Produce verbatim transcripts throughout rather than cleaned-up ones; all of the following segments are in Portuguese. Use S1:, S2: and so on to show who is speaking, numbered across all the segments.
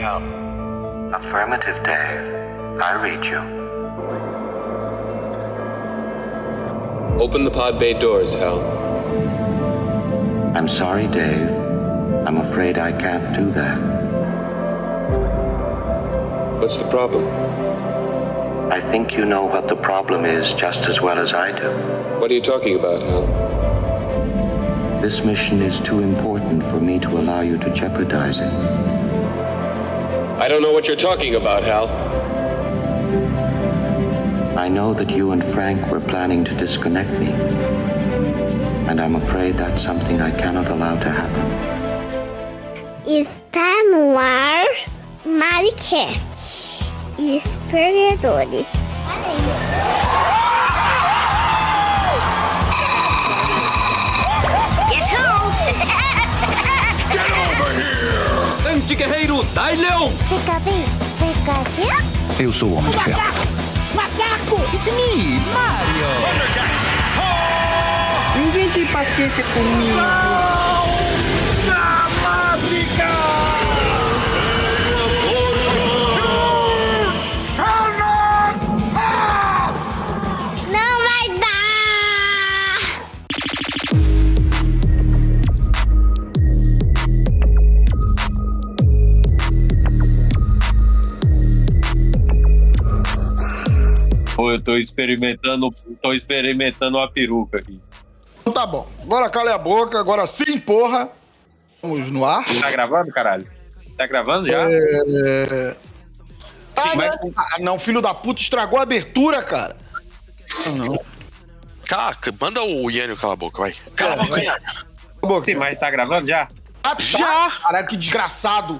S1: help?
S2: Affirmative, Dave. I read you.
S3: Open the pod bay doors, Hal.
S2: I'm sorry, Dave. I'm afraid I can't do that.
S3: What's the problem?
S2: I think you know what the problem is just as well as I do.
S3: What are you talking about, Hal?
S2: This mission is too important for me to allow you to jeopardize it.
S3: I don't know what you're talking about, Hal.
S2: I know that you and Frank were planning to disconnect me, and I'm afraid that's something I cannot allow to happen.
S4: Está no ar Maricast e os perdedores.
S5: Guess who?
S6: Get over here! Anti-guerreiro Dai Leão!
S4: Fica bem, Pikachu?
S7: Eu sou o Homem de Ferro.
S5: Macaco!
S6: It's me, Mario!
S8: Ninguém tem paciência comigo.
S6: Dramática!
S4: Não vai dar!
S9: Pô, eu tô experimentando, tô experimentando uma peruca aqui.
S10: Então tá bom. Agora cala a boca, agora sim, porra. Vamos no ar.
S9: Tá gravando, caralho? Tá gravando já?
S10: É...
S9: Sim,
S10: ah,
S9: mas...
S10: não, ah, não, filho da puta, estragou a abertura, cara. Não, não.
S11: Caraca, manda o Yânio calar a boca, vai. Cala a boca, Yânio.
S10: Cala a boca.
S9: Sim, mas tá gravando já?
S10: Ah, já! Caralho, que desgraçado.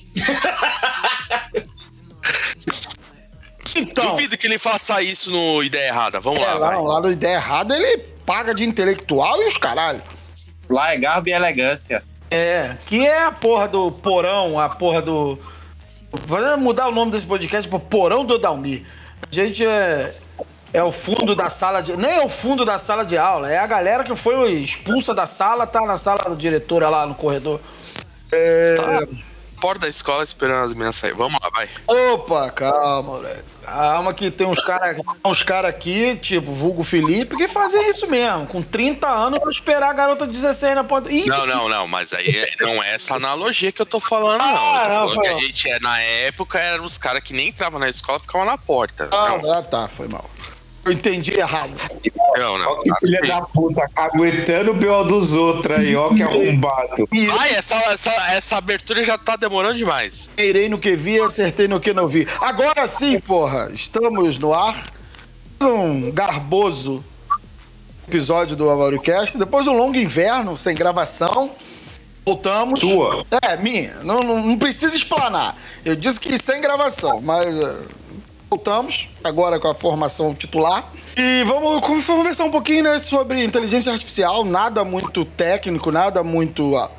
S10: Então,
S11: Duvido que ele faça isso no Ideia Errada. Vamos
S10: é,
S11: lá,
S10: lá,
S11: vai.
S10: lá no Ideia Errada ele paga de intelectual e os caralho.
S9: Lá é garbo e elegância.
S10: É, que é a porra do porão, a porra do... Vamos mudar o nome desse podcast pro Porão do Dalmi. A gente é... É o fundo da sala de... Nem é o fundo da sala de aula, é a galera que foi expulsa da sala, tá na sala da diretora lá no corredor. É...
S11: Tá. Porta da escola esperando as meninas sair. Vamos lá, vai.
S10: Opa, calma, moleque. Calma que tem uns caras uns cara aqui, tipo, vulgo Felipe, que fazem isso mesmo. Com trinta anos, vão esperar a garota de dezesseis na porta. Ih,
S11: Não, não, não, mas aí não é essa analogia que eu tô falando,
S10: Ah,
S11: não. Eu tô
S10: não,
S11: falando
S10: foi
S11: que a
S10: mal.
S11: gente, é, na época, eram os caras que nem entravam na escola, ficavam na porta.
S10: Ah,
S11: Não,
S10: ah, tá, foi mal. Eu entendi errado.
S11: não, não.
S12: Ó que filha da puta, aguentando o B O dos outros aí, ó que arrombado.
S11: Ai, essa, essa, essa abertura já tá demorando demais.
S10: Errei no que vi, acertei no que não vi. Agora sim, porra, estamos no ar. Um garboso episódio do Avaricast. Depois de um longo inverno, sem gravação, voltamos.
S12: Sua?
S10: É, minha. Não, não, não precisa explanar. Eu disse que sem gravação, mas uh, voltamos agora com a formação titular. E vamos conversar um pouquinho, né, sobre inteligência artificial. Nada muito técnico, nada muito... Uh,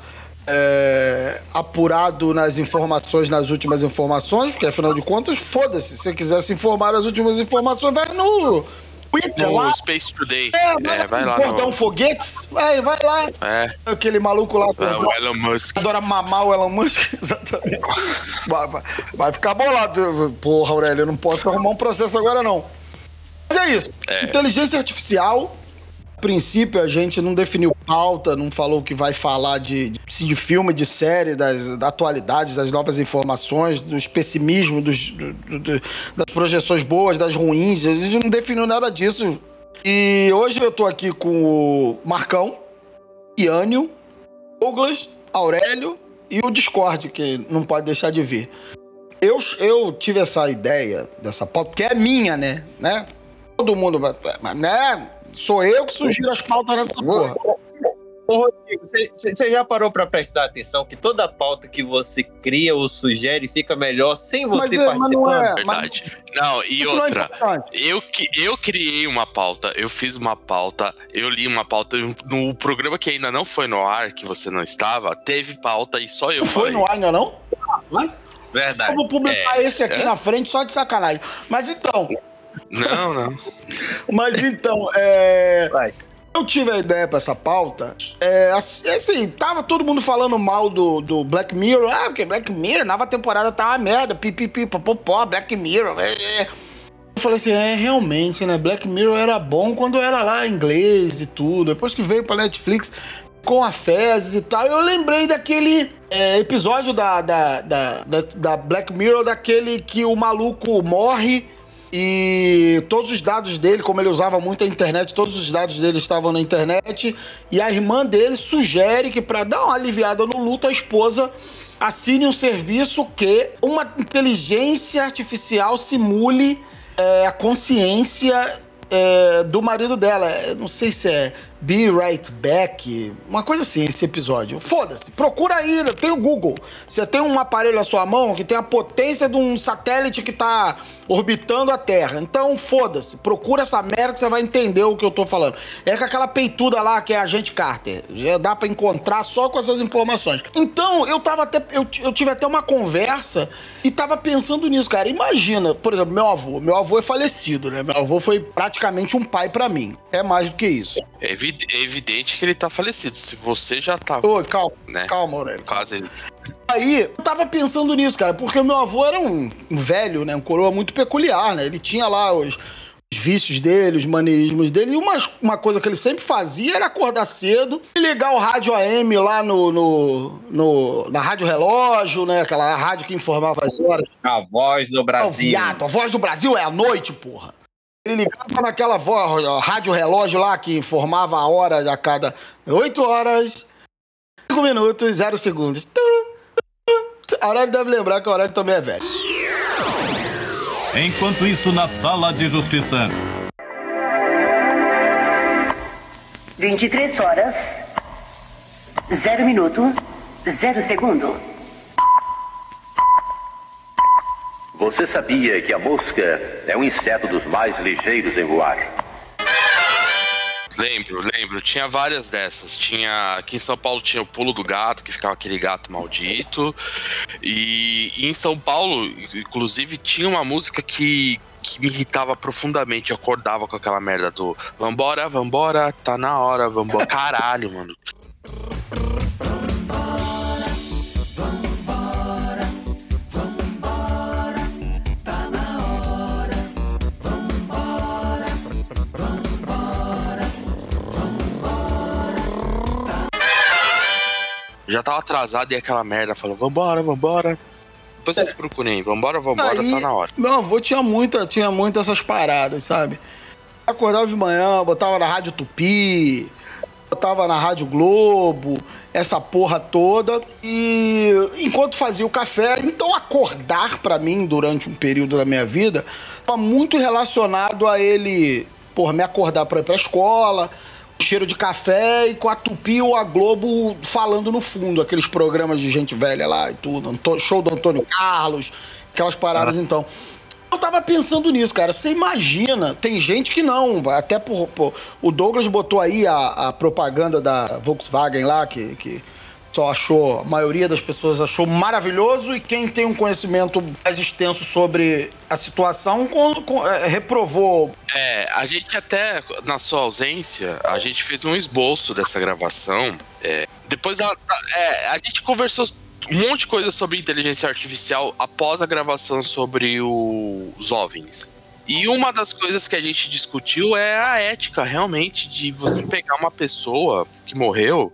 S10: É, apurado nas informações, nas últimas informações, porque afinal de contas, foda-se. Se você quiser se informar nas últimas informações, vai no Twitter
S11: No
S10: lá.
S11: Space Today.
S10: É, vai,
S11: É, vai lá.
S10: Cordão
S11: No...
S10: Foguetes, vai, vai lá.
S11: É,
S10: Aquele maluco lá.
S11: é, o Elon Musk.
S10: Adora mamar o Elon Musk, exatamente. vai, vai, vai ficar bolado. Porra, Aurélio, eu não posso arrumar um processo agora, não. Mas é isso.
S11: É.
S10: Inteligência artificial. A princípio, a gente não definiu pauta, não falou que vai falar de, de, de filme, de série, das, das atualidades, das novas informações, dos pessimismos, dos, do, do, das projeções boas, das ruins. A gente não definiu nada disso. E hoje eu tô aqui com o Marcão, Yânio, Douglas, Aurélio e o Discord, que não pode deixar de vir. Eu, eu tive essa ideia dessa pauta, que é minha, né? né? Todo mundo vai... né? Sou eu que sugiro as pautas nessa porra.
S13: Ô, Rodrigo, você já parou pra prestar atenção que toda pauta que você cria ou sugere fica melhor sem você
S10: Mas é, mas
S13: participando?
S10: não é,
S11: Verdade. Não, e
S10: Isso não é
S11: outra,
S10: importante.
S11: eu, que, eu criei uma pauta, eu fiz uma pauta, eu li uma pauta, no programa que ainda não foi no ar, que você não estava, teve pauta e só eu
S10: Não foi
S11: falei.
S10: no ar ainda não?
S13: Verdade.
S10: Eu vou publicar
S11: É,
S10: esse aqui
S11: é.
S10: na frente só de sacanagem. Mas então...
S11: Não, não.
S10: Mas então, é...
S13: Vai.
S10: Eu tive a ideia pra essa pauta, é assim, tava todo mundo falando mal do, do Black Mirror, ah, porque Black Mirror, nova temporada tá uma merda, pipipi, popopó, Black Mirror, é, é. Eu falei assim, é, realmente, né, Black Mirror era bom quando era lá em inglês e tudo, depois que veio pra Netflix, com a fezes e tal, eu lembrei daquele é, episódio da, da, da, da, da Black Mirror, daquele que o maluco morre e todos os dados dele, como ele usava muito a internet, todos os dados dele estavam na internet, e a irmã dele sugere que, para dar uma aliviada no luto, a esposa assine um serviço que uma inteligência artificial simule é, a consciência é, do marido dela. Eu não sei se é Be Right Back, uma coisa assim, esse episódio. Foda-se, procura aí, tem o Google. Você tem um aparelho na sua mão que tem a potência de um satélite que tá orbitando a Terra. Então, foda-se, procura essa merda que você vai entender o que eu tô falando. É com aquela peituda lá que é a Agente Carter. Já dá pra encontrar só com essas informações. Então, eu tava até, eu, eu tive até uma conversa e tava pensando nisso, cara. Imagina, por exemplo, meu avô. Meu avô é falecido, né? Meu avô foi praticamente um pai pra mim. É mais do que isso.
S11: É evidente que ele tá falecido. Se você já tá...
S10: Ô, calma,
S11: né?
S10: calma, Aurélio.
S11: Quase...
S10: Aí, eu tava pensando nisso, cara, porque o meu avô era um, um velho, né? Um coroa muito peculiar, né? Ele tinha lá os, os vícios dele, os maneirismos dele, e uma, uma coisa que ele sempre fazia era acordar cedo e ligar o rádio A M lá no, no, no, na Rádio Relógio, né? Aquela rádio que informava as horas.
S13: A voz do Brasil.
S10: Oh, viado, a voz do Brasil é à noite, porra. Ele ligava naquela voz, rádio relógio lá que informava a hora a cada oito horas, cinco minutos, zero segundos. A Aurélio deve lembrar que a Aurélio também é velho.
S6: Enquanto isso, na sala de justiça.
S1: vinte e três horas, zero minuto, zero segundo.
S5: Você sabia que a mosca é um inseto dos mais ligeiros em voar?
S11: Lembro, lembro. Tinha várias dessas. Tinha... Aqui em São Paulo tinha o pulo do gato, que ficava aquele gato maldito. E, e em São Paulo, inclusive, tinha uma música que, que me irritava profundamente. Eu acordava com aquela merda do vambora, vambora, tá na hora, vambora. Caralho, mano. Já tava atrasado e aquela merda falou, vambora, vambora. Depois vocês procurem, vambora, vambora,
S10: Aí,
S11: tá na hora.
S10: Meu avô tinha muita, tinha muito essas paradas, sabe? Acordava de manhã, botava na Rádio Tupi, botava na Rádio Globo, essa porra toda. E enquanto fazia o café, então acordar pra mim durante um período da minha vida estava muito relacionado a ele, porra, me acordar pra ir pra escola, cheiro de café e com a Tupi ou a Globo falando no fundo, aqueles programas de gente velha lá e tudo, show do Antônio Carlos, aquelas paradas. Ah. Então, eu tava pensando nisso, cara, você imagina, tem gente que não, até por, por o Douglas botou aí a, a propaganda da Volkswagen lá, que, que só achou, a maioria das pessoas achou maravilhoso, e quem tem um conhecimento mais extenso sobre a situação com, com, é, reprovou.
S11: É, a gente até, na sua ausência, a gente fez um esboço dessa gravação. É, depois a, a, é, a gente conversou um monte de coisa sobre inteligência artificial após a gravação sobre o, os OVNIs. E uma das coisas que a gente discutiu é a ética, realmente, de você pegar uma pessoa que morreu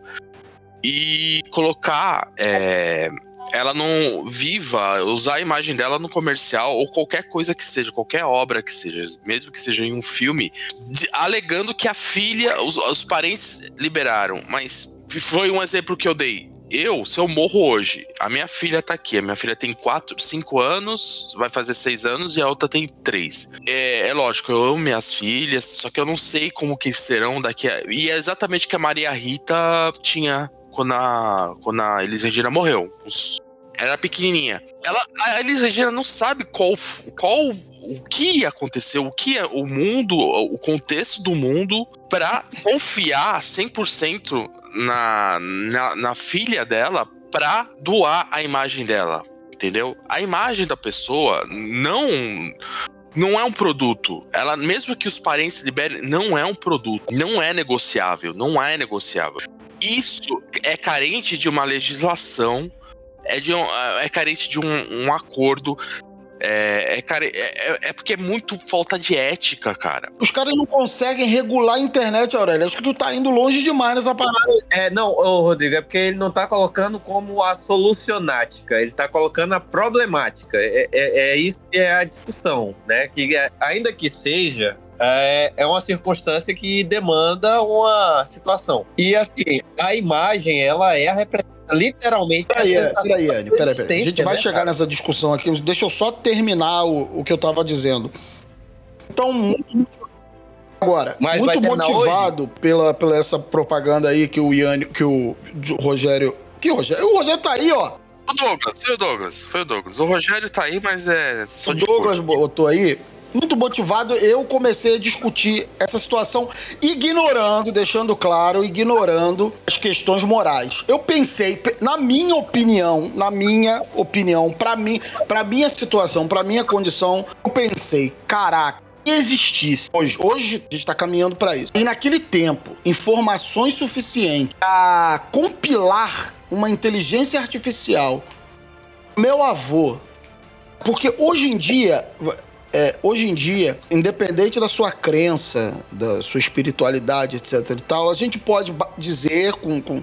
S11: e colocar é, ela não viva, usar a imagem dela no comercial ou qualquer coisa que seja, qualquer obra que seja, mesmo que seja em um filme, de, alegando que a filha, os, os parentes liberaram. Mas foi um exemplo que eu dei. Eu, se eu morro hoje, a minha filha tá aqui, a minha filha tem quatro, cinco anos, vai fazer seis anos e a outra tem três. É, é lógico, eu amo minhas filhas, só que eu não sei como que serão daqui a... E é exatamente o que a Maria Rita tinha quando a, quando a Elis Regina morreu. Era pequenininha. Ela, a Elis Regina não sabe qual, qual o que aconteceu, o que é o mundo, o contexto do mundo, pra confiar cem por cento na, na, na filha dela pra doar a imagem dela, entendeu? A imagem da pessoa não, não é um produto. Ela, mesmo que os parentes liberem, não é um produto. Não é negociável. Não é negociável. Isso é carente de uma legislação, é, de um, é carente de um, um acordo. É, é, care, é, é porque é muito falta de ética, cara.
S10: Os caras não conseguem regular a internet, Aurélio. Acho que tu tá indo longe demais nessa parada.
S13: É, não, ô, Rodrigo, é porque ele não tá colocando como a solucionática, ele tá colocando a problemática. É, é, é isso que é a discussão, né? Que é, ainda que seja, é, é uma circunstância que demanda uma situação. E assim, a imagem, ela é a representação. Literalmente.
S10: Peraí, peraí, Anny, peraí, peraí. A gente vai né, chegar cara? nessa discussão aqui. Deixa eu só terminar o, o que eu tava dizendo. Então, muito, agora, Mas muito motivado pela, pela essa propaganda aí que o Ian, que o Rogério. Que o Rogério? O Rogério tá aí, ó.
S11: O Douglas, foi o Douglas, foi o Douglas. O Rogério tá aí, mas é.
S10: O Douglas botou aí. Muito motivado, eu comecei a discutir essa situação, ignorando, deixando claro, ignorando as questões morais. Eu pensei, na minha opinião, na minha opinião, pra mim, pra minha situação, pra minha condição, eu pensei, caraca, se existisse, hoje, hoje a gente tá caminhando pra isso, e naquele tempo, informações suficientes a compilar uma inteligência artificial, meu avô, porque hoje em dia... É, hoje em dia, independente da sua crença, da sua espiritualidade, etc e tal, a gente pode dizer com, com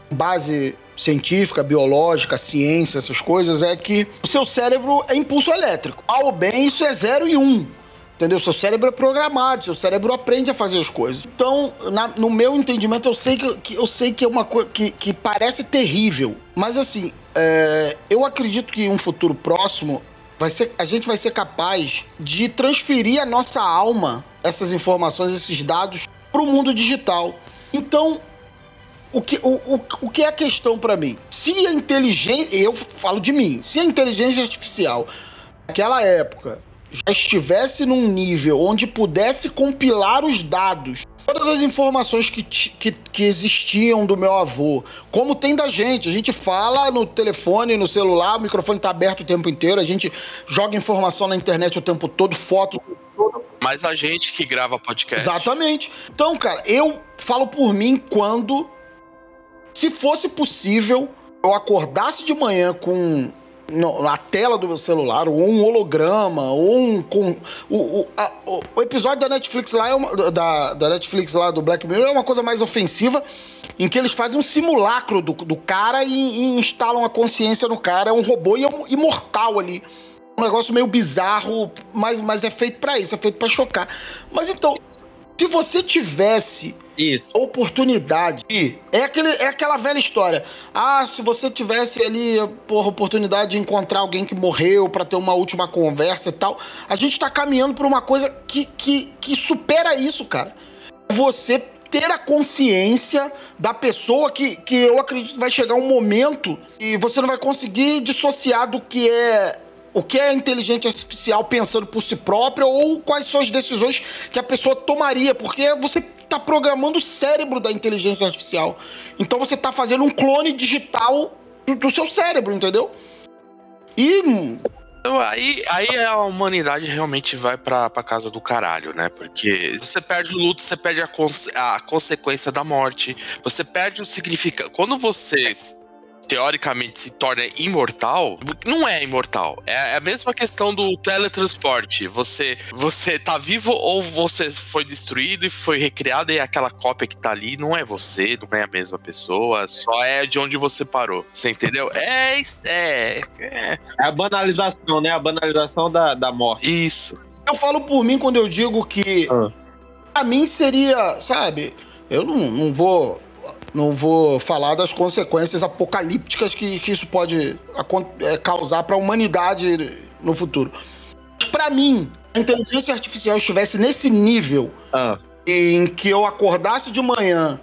S10: base científica, biológica, ciência, essas coisas, é que o seu cérebro é impulso elétrico. Ao bem, isso é zero e um. Entendeu? Seu cérebro é programado, seu cérebro aprende a fazer as coisas. Então, na, no meu entendimento, eu sei que, que, eu sei que é uma coisa que, que parece terrível. Mas assim, é, eu acredito que em um futuro próximo, Vai ser, a gente vai ser capaz de transferir a nossa alma, essas informações, esses dados, para o mundo digital. Então, o que, o, o, o que é a questão para mim? Se a inteligência, eu falo de mim, se a inteligência artificial, naquela época, já estivesse num nível onde pudesse compilar os dados, todas as informações que, que, que existiam do meu avô, como tem da gente. A gente fala no telefone, no celular, o microfone tá aberto o tempo inteiro, a gente joga informação na internet o tempo todo, foto.
S11: Mas a gente que grava podcast.
S10: Exatamente. Então, cara, eu falo por mim quando, se fosse possível, eu acordasse de manhã com... na tela do meu celular, ou um holograma, ou um... Com, o, o, a, o, o episódio da Netflix lá, é uma, da, da Netflix lá, do Black Mirror, é uma coisa mais ofensiva, em que eles fazem um simulacro do, do cara e, e instalam a consciência no cara, é um robô e é um imortal ali. Um negócio meio bizarro, mas, mas é feito pra isso, é feito pra chocar. Mas então, se você tivesse...
S13: Isso.
S10: Oportunidade. É, aquele, é aquela velha história. Ah, se você tivesse ali, porra, oportunidade de encontrar alguém que morreu pra ter uma última conversa e tal. A gente tá caminhando por uma coisa que, que, que supera isso, cara. Você ter a consciência da pessoa que, que eu acredito que vai chegar um momento e você não vai conseguir dissociar do que é... o que é a inteligência artificial pensando por si própria ou quais são as decisões que a pessoa tomaria, porque você tá programando o cérebro da inteligência artificial. Então você tá fazendo um clone digital do, do seu cérebro, entendeu? E...
S11: Então, aí, aí a humanidade realmente vai pra, pra casa do caralho, né? Porque você perde o luto, você perde a, conse- a consequência da morte, você perde o significado. Quando você... teoricamente se torna imortal, não é imortal. É a mesma questão do teletransporte. Você, você tá vivo ou você foi destruído e foi recriado e aquela cópia que tá ali não é você, não é a mesma pessoa, só é de onde você parou. Você entendeu? É... É,
S13: é. é a banalização, né? A banalização da, da morte.
S11: Isso.
S10: Eu falo por mim quando eu digo que ah. pra mim seria, sabe, eu não, não vou... Não vou falar das consequências apocalípticas que, que isso pode é, causar para a humanidade no futuro. Mas para mim, a inteligência artificial estivesse nesse nível ah. em que eu acordasse de manhã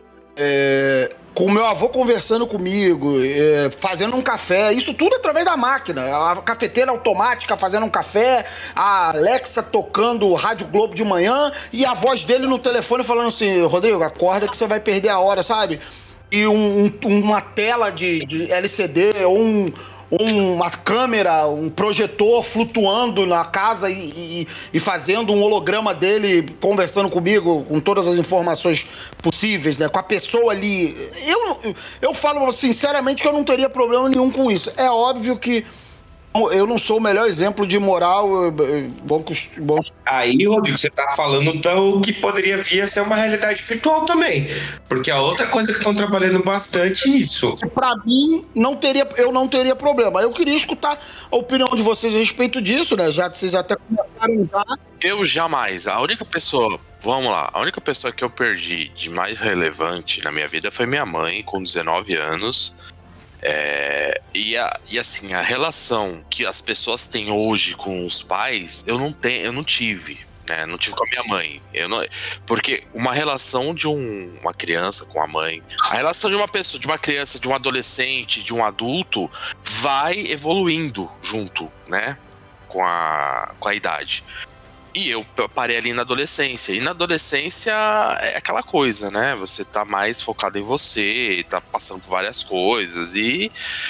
S10: é, com o meu avô conversando comigo, é, fazendo um café, isso tudo através da máquina. A cafeteira automática fazendo um café, a Alexa tocando o Rádio Globo de manhã e a voz dele no telefone falando assim: Rodrigo, acorda que você vai perder a hora, sabe? E um, um, uma tela de, de L C D ou um, uma câmera, um projetor flutuando na casa e, e, e fazendo um holograma dele conversando comigo com todas as informações possíveis, né? Com a pessoa ali. Eu, eu falo sinceramente que eu não teria problema nenhum com isso. É óbvio que eu não sou o melhor exemplo de moral. Bom, bom.
S12: Aí, Rodrigo, você tá falando do que poderia vir a ser uma realidade virtual também. Porque a outra coisa que estão trabalhando bastante nisso.
S10: Pra mim, não teria, eu não teria problema. Eu queria escutar a opinião de vocês a respeito disso, né? Já que vocês até começaram já.
S11: Eu jamais. A única pessoa, vamos lá, a única pessoa que eu perdi de mais relevante na minha vida foi minha mãe, com dezenove anos. É, e, a, e assim, a relação que as pessoas têm hoje com os pais, eu não tenho, eu não tive, né? Não tive com a minha mãe. Eu não, porque uma relação de um, uma criança com a mãe, a relação de uma pessoa, de uma criança, de um adolescente, de um adulto, vai evoluindo junto, né? Com a, com a idade. E eu parei ali na adolescência. E na adolescência é aquela coisa, né? Você tá mais focado em você, tá passando por várias coisas. E,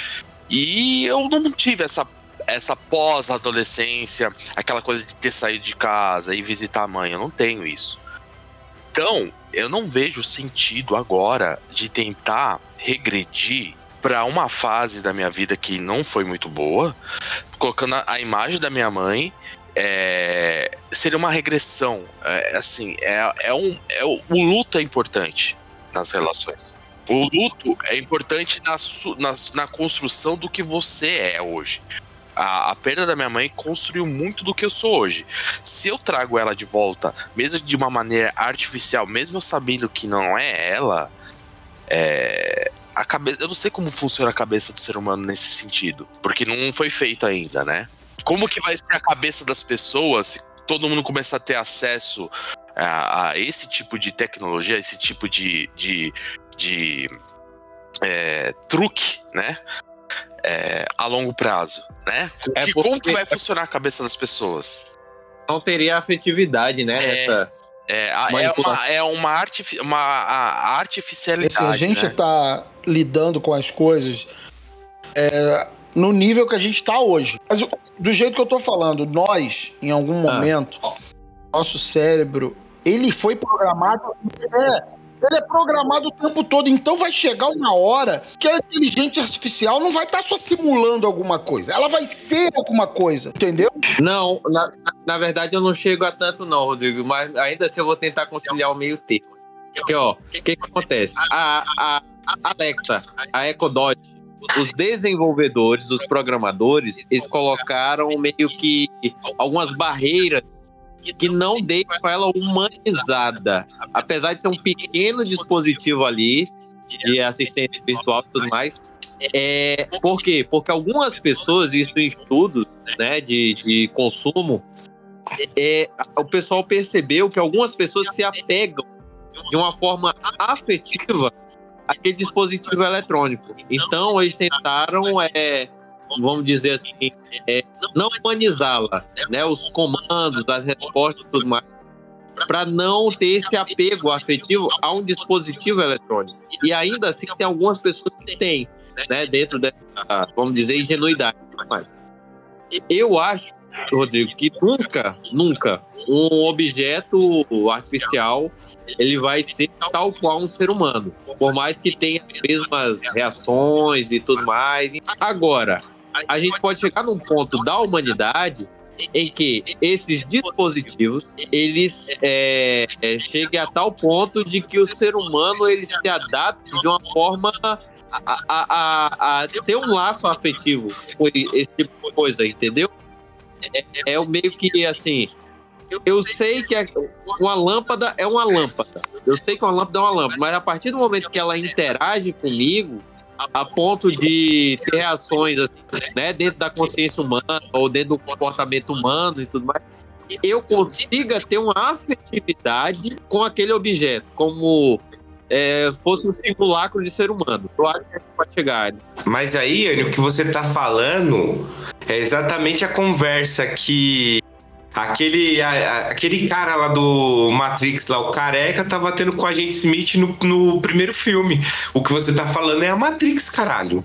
S11: e eu não tive essa, essa pós-adolescência, aquela coisa de ter saído de casa e visitar a mãe. Eu não tenho isso. Então, eu não vejo sentido agora de tentar regredir para uma fase da minha vida que não foi muito boa, colocando a, a imagem da minha mãe. É, seria uma regressão. É, assim, é, é um, é, o luto é importante nas relações. O luto é importante na, na, na construção do que você é hoje. A, a perda da minha mãe construiu muito do que eu sou hoje. Se eu trago ela de volta, mesmo de uma maneira artificial, mesmo eu sabendo que não é ela, é, a cabeça, eu não sei como funciona a cabeça do ser humano nesse sentido, porque não foi feito ainda, né? Como que vai ser a cabeça das pessoas se todo mundo começar a ter acesso a, a esse tipo de tecnologia, a esse tipo de, de, de é, truque, né? É, a longo prazo, né?
S13: É
S11: que, como que vai funcionar a cabeça das pessoas?
S13: Não teria afetividade, né?
S11: É,
S13: essa
S11: é, a, é, uma, é uma, artific, uma a artificialidade.
S10: Assim, a gente
S11: né?
S10: tá lidando com as coisas é, no nível que a gente tá hoje. Mas do jeito que eu tô falando, nós, em algum momento, ah. nosso cérebro, ele foi programado... É, ele é programado o tempo todo, então vai chegar uma hora que a inteligência artificial não vai estar só simulando alguma coisa, ela vai ser alguma coisa, entendeu?
S13: Não, na, na verdade eu não chego a tanto não, Rodrigo, mas ainda assim eu vou tentar conciliar o meio termo. Porque, ó, o que, que acontece? A, a, a Alexa, a Echo Dot, os desenvolvedores, os programadores, eles colocaram meio que algumas barreiras que não deixam ela humanizada. Apesar de ser um pequeno dispositivo ali, de assistência virtual e tudo mais. É, por quê? Porque algumas pessoas, isso em estudos, né, de, de consumo, é, o pessoal percebeu que algumas pessoas se apegam de uma forma afetiva àquele dispositivo eletrônico. Então, eles tentaram... É, vamos dizer assim, é, não humanizá-la, né? Os comandos, as respostas e tudo mais, para não ter esse apego afetivo a um dispositivo eletrônico. E ainda assim tem algumas pessoas que têm, né? Dentro dessa, vamos dizer, ingenuidade. Mas eu acho, Rodrigo, que nunca, nunca um objeto artificial ele vai ser tal qual um ser humano, por mais que tenha as mesmas reações e tudo mais. Agora, a gente pode chegar num ponto da humanidade em que esses dispositivos eles é, é, cheguem a tal ponto de que o ser humano ele se adapte de uma forma a, a, a, a ter um laço afetivo com esse tipo de coisa, entendeu? É, é o meio que assim... Eu sei que uma lâmpada é uma lâmpada. Eu sei que uma lâmpada é uma lâmpada, mas a partir do momento que ela interage comigo, a ponto de ter reações assim, né, dentro da consciência humana ou dentro do comportamento humano e tudo mais, eu consiga ter uma afetividade com aquele objeto, como é, fosse um simulacro de ser humano. Eu acho que a gente pode chegar.
S12: Mas aí, Anny, o que você tá falando é exatamente a conversa que Aquele, a, aquele cara lá do Matrix, lá, o careca, tava tendo com a agente Smith no, no primeiro filme. O que você tá falando é a Matrix, caralho.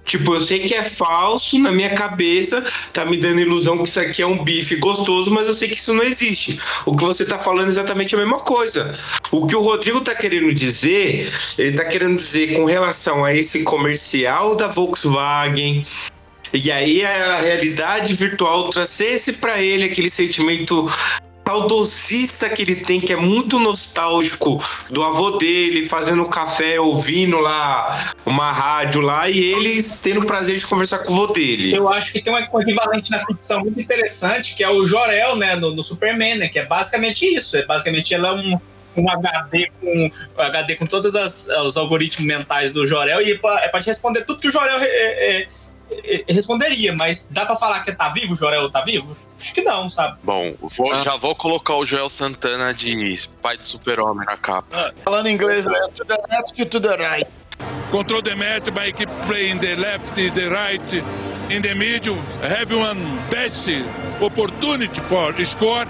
S12: Tipo, eu sei que é falso, na minha cabeça tá me dando ilusão que isso aqui é um bife gostoso, mas eu sei que isso não existe. O que você tá falando é exatamente a mesma coisa. O que o Rodrigo tá querendo dizer, ele tá querendo dizer com relação a esse comercial da Volkswagen, e aí a realidade virtual trouxe pra ele aquele sentimento saudosista que ele tem, que é muito nostálgico do avô dele fazendo café, ouvindo lá uma rádio lá, e eles tendo o prazer de conversar com o avô dele.
S7: Eu acho que tem um equivalente na ficção muito interessante, que é o Jor-El, né, no, no Superman, né, que é basicamente isso, é basicamente ela é um um H D com H D com todos as, os algoritmos mentais do Jor-El, e é pra, é pra te responder tudo que o Jor-El é, é, responderia, mas dá pra falar que tá vivo, o Jor-El tá vivo? Acho que não, sabe?
S11: Bom, vou, ah. já vou colocar o Joel Santana de pai do Super-Homem na capa.
S10: Falando em inglês, né? To the left, to the right.
S14: Control the match by keep playing the left, the right, in the middle, have one best opportunity for score.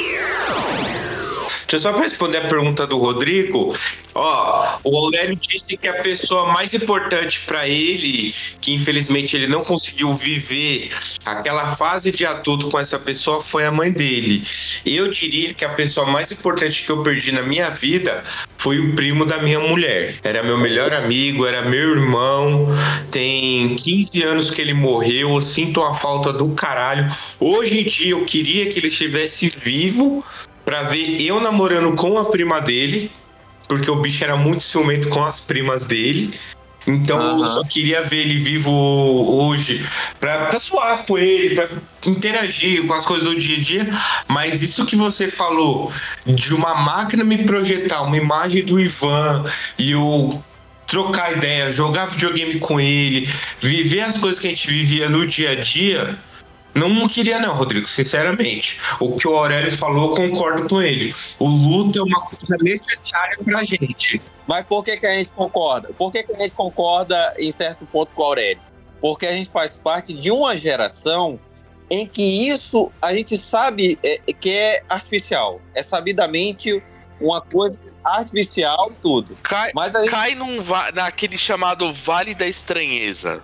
S12: Deixa eu só responder a pergunta do Rodrigo. Ó, o Aurélio disse que a pessoa mais importante para ele, que infelizmente ele não conseguiu viver aquela fase de adulto com essa pessoa, foi a mãe dele. Eu diria que a pessoa mais importante que eu perdi na minha vida foi o primo da minha mulher. Era meu melhor amigo, era meu irmão. Tem quinze anos que ele morreu, eu sinto uma falta do caralho. Hoje em dia eu queria que ele estivesse vivo pra ver eu namorando com a prima dele, porque o bicho era muito ciumento com as primas dele. Então uhum. eu só queria ver ele vivo hoje pra, pra zoar com ele, pra interagir com as coisas do dia a dia. Mas isso que você falou de uma máquina me projetar uma imagem do Ivan e eu trocar ideia, jogar videogame com ele, viver as coisas que a gente vivia no dia a dia, não queria não, Rodrigo, sinceramente. O que o Aurélio falou, eu concordo com ele. O luto é uma coisa necessária pra gente.
S13: Mas por que que a gente concorda? Por que que a gente concorda em certo ponto com o Aurélio? Porque a gente faz parte de uma geração em que isso a gente sabe é, que é artificial. É sabidamente uma coisa artificial e tudo.
S11: Cai,
S13: Mas a gente...
S11: cai num va- naquele chamado Vale da Estranheza.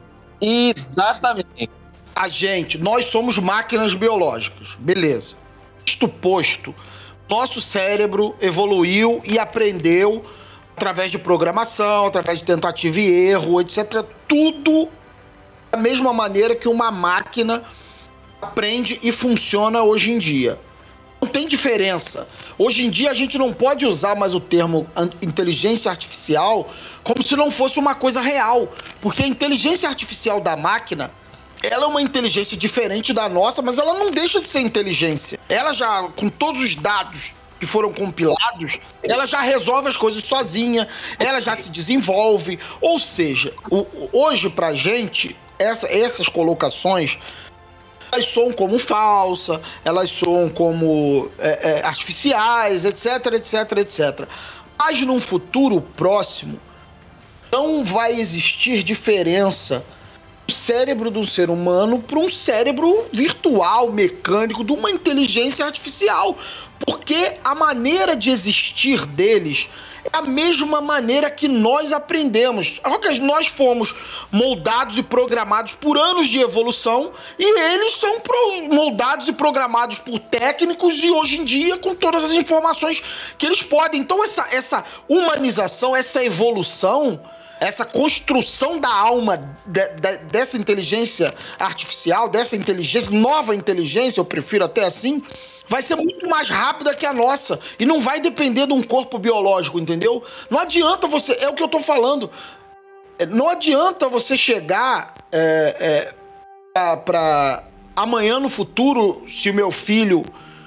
S13: Exatamente.
S10: A gente, nós somos máquinas biológicas, beleza. Isto posto, nosso cérebro evoluiu e aprendeu através de programação, através de tentativa e erro, etcétera. Tudo da mesma maneira que uma máquina aprende e funciona hoje em dia. Não tem diferença. Hoje em dia a gente não pode usar mais o termo inteligência artificial como se não fosse uma coisa real, porque a inteligência artificial da máquina, ela é uma inteligência diferente da nossa, mas ela não deixa de ser inteligência. Ela já, com todos os dados que foram compilados, ela já resolve as coisas sozinha, ela já se desenvolve. Ou seja, o, hoje pra gente, essa, essas colocações, elas soam como falsa, elas soam como é, é, artificiais, etc, etc, etcétera. Mas num futuro próximo, não vai existir diferença do cérebro do ser humano para um cérebro virtual, mecânico, de uma inteligência artificial. Porque a maneira de existir deles é a mesma maneira que nós aprendemos. Nós fomos moldados e programados por anos de evolução e eles são moldados e programados por técnicos e hoje em dia com todas as informações que eles podem. Então essa, essa humanização, essa evolução, essa construção da alma de, de, dessa inteligência artificial, dessa inteligência, nova inteligência, eu prefiro até assim, vai ser muito mais rápida que a nossa e não vai depender de um corpo biológico, entendeu? Não adianta você, é o que eu tô falando, não adianta você chegar é, é, pra, pra amanhã no futuro, se o meu filho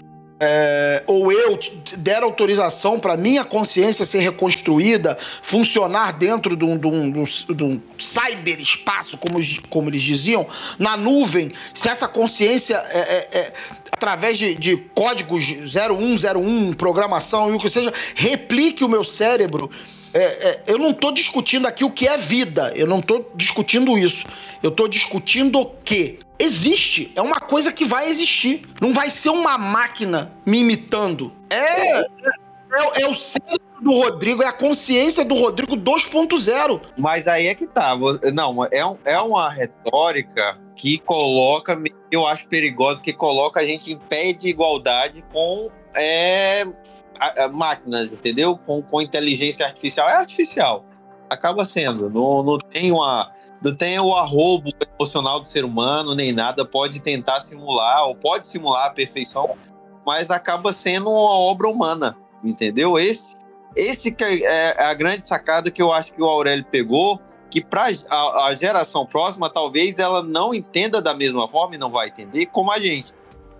S10: é, ou eu der autorização para minha consciência ser reconstruída, funcionar dentro de um, de um, de um cyberespaço, como, como eles diziam, na nuvem, se essa consciência, é, é, é, através de, de códigos zero um zero um, programação e o que seja, replique o meu cérebro. É, é, eu não estou discutindo aqui o que é vida, eu não estou discutindo isso. Eu estou discutindo o que existe, é uma coisa que vai existir. Não vai ser uma máquina me imitando. É, é, é o cérebro do Rodrigo é a consciência do Rodrigo dois ponto zero.
S13: Mas aí é que tá. Não, é, um, é uma retórica que coloca, eu acho perigosa, que coloca a gente em pé de igualdade com é, a, a máquinas, entendeu? Com, com inteligência artificial. É artificial. Acaba sendo. Não, não tem uma... Não tem o arrobo emocional do ser humano, nem nada. Pode tentar simular, ou pode simular a perfeição, mas acaba sendo uma obra humana, entendeu? Esse, esse que é a grande sacada que eu acho que o Aurélio pegou, que para a, a geração próxima, talvez ela não entenda da mesma forma, e não vai entender como a gente.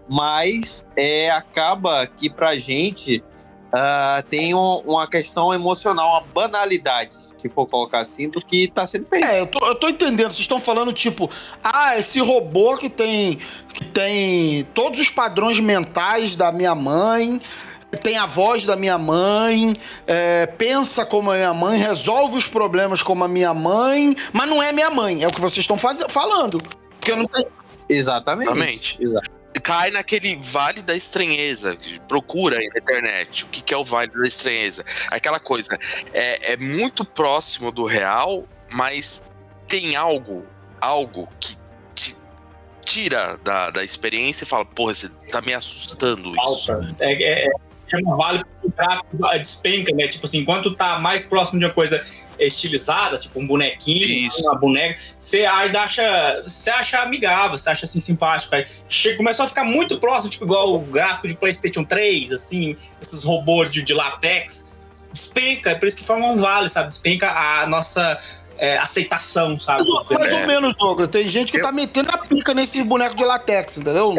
S13: Mas é, acaba que pra gente uh, tem um, uma questão emocional, uma banalidade, se for colocar assim, do que tá sendo feito.
S10: É, eu tô, eu tô entendendo. Vocês estão falando, tipo, ah, esse robô que tem, que tem todos os padrões mentais da minha mãe, tem a voz da minha mãe, é, pensa como a minha mãe, resolve os problemas como a minha mãe, mas não é minha mãe. É o que vocês estão faz... falando. Porque eu não tenho...
S13: Exatamente.
S11: Exatamente.
S13: Exato.
S11: Cai naquele vale da estranheza. Procura aí na internet o que, que é o vale da estranheza. Aquela coisa, é, é muito próximo do real, mas tem algo, algo que te tira da, da experiência e fala, porra, você tá me assustando isso.
S7: É, é, chama vale porque o gráfico despenca, né? Tipo assim, enquanto tá mais próximo de uma coisa estilizada, tipo um bonequinho,
S11: isso.
S7: Uma boneca, você acha, você acha amigável, você acha assim simpático. Aí chega, começou a ficar muito próximo, tipo igual o gráfico de PlayStation três, assim, esses robôs de, de látex, despenca, é por isso que forma um vale, sabe? Despenca a nossa é, aceitação, sabe?
S10: Mais ou menos, Douglas. Tem gente que Eu... tá metendo a pica nesse boneco de látex, entendeu?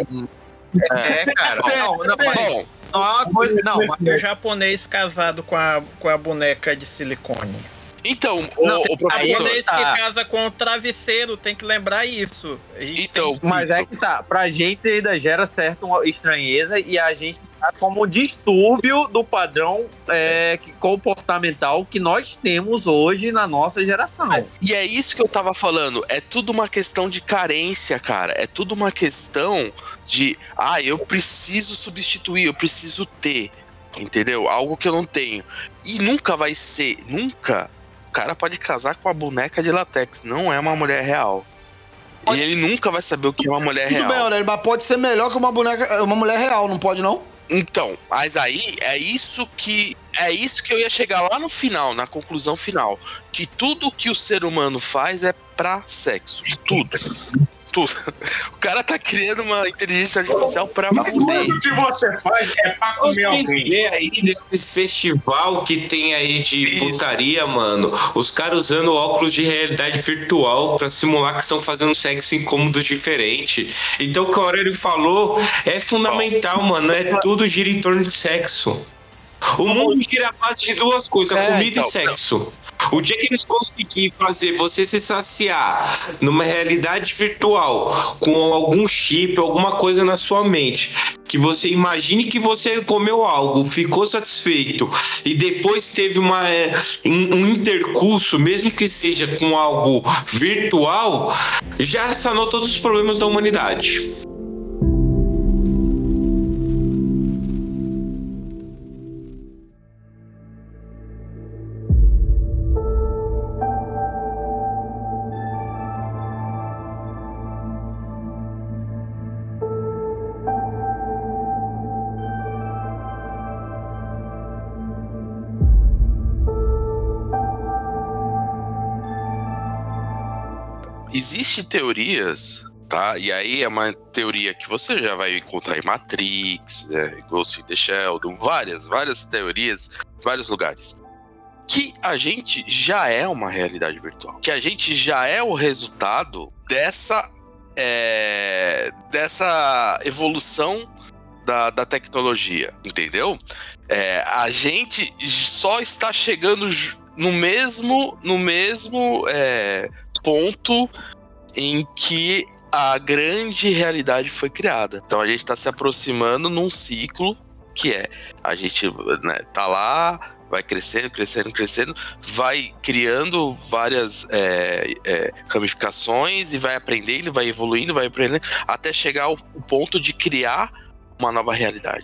S13: É, cara. Não, não, não, não é uma coisa, não.
S15: O japonês casado com a, com a boneca de silicone.
S11: Então,
S15: não,
S11: o, o professor...
S15: japonês que casa com o travesseiro, tem que lembrar isso.
S11: Então,
S13: tem... Mas é que tá, pra gente ainda gera certa estranheza e a gente tá como um distúrbio do padrão é, comportamental que nós temos hoje na nossa geração.
S11: É, e é isso que eu tava falando, é tudo uma questão de carência, cara, é tudo uma questão de, ah, eu preciso substituir, eu preciso ter, entendeu? Algo que eu não tenho. E nunca vai ser, nunca... O cara pode casar com uma boneca de látex, não é uma mulher real. E ele nunca vai saber o que é uma mulher
S10: Tudo
S11: real.
S10: Tudo bem, Aurélio, mas pode ser melhor que uma boneca, uma mulher real, não pode não?
S11: Então, mas aí é isso que é isso que eu ia chegar lá no final, na conclusão final, que tudo que o ser humano faz é pra sexo, tudo. Tudo. O cara tá criando uma inteligência artificial pra fuder.
S7: Tudo que você faz é pra comer alguém.
S12: Vê aí desse festival que tem aí de Isso. putaria, mano. Os caras usando óculos de realidade virtual pra simular que estão fazendo sexo em cômodos diferentes. Então o que o Aurélio falou é fundamental, oh. mano. É tudo gira em torno de sexo. O mundo gira a base de duas coisas, é, comida então, e sexo. Não. O dia que eles conseguirem fazer você se saciar numa realidade virtual com algum chip, alguma coisa na sua mente, que você imagine que você comeu algo, ficou satisfeito e depois teve uma, um intercurso, mesmo que seja com algo virtual, já sanou todos os problemas da humanidade.
S11: Existem teorias, tá? E aí é uma teoria que você já vai encontrar em Matrix, né? Ghost in the Shell, várias, várias teorias, vários lugares. Que a gente já é uma realidade virtual. Que a gente já é o resultado dessa, é, dessa evolução da, da tecnologia, entendeu? É, a gente só está chegando no mesmo, no mesmo é, ponto em que a grande realidade foi criada. Então a gente está se aproximando num ciclo que é, a gente, né, tá lá, vai crescendo, crescendo, crescendo, vai criando várias é, é, ramificações e vai aprendendo, vai evoluindo, vai aprendendo, até chegar ao ponto de criar uma nova realidade.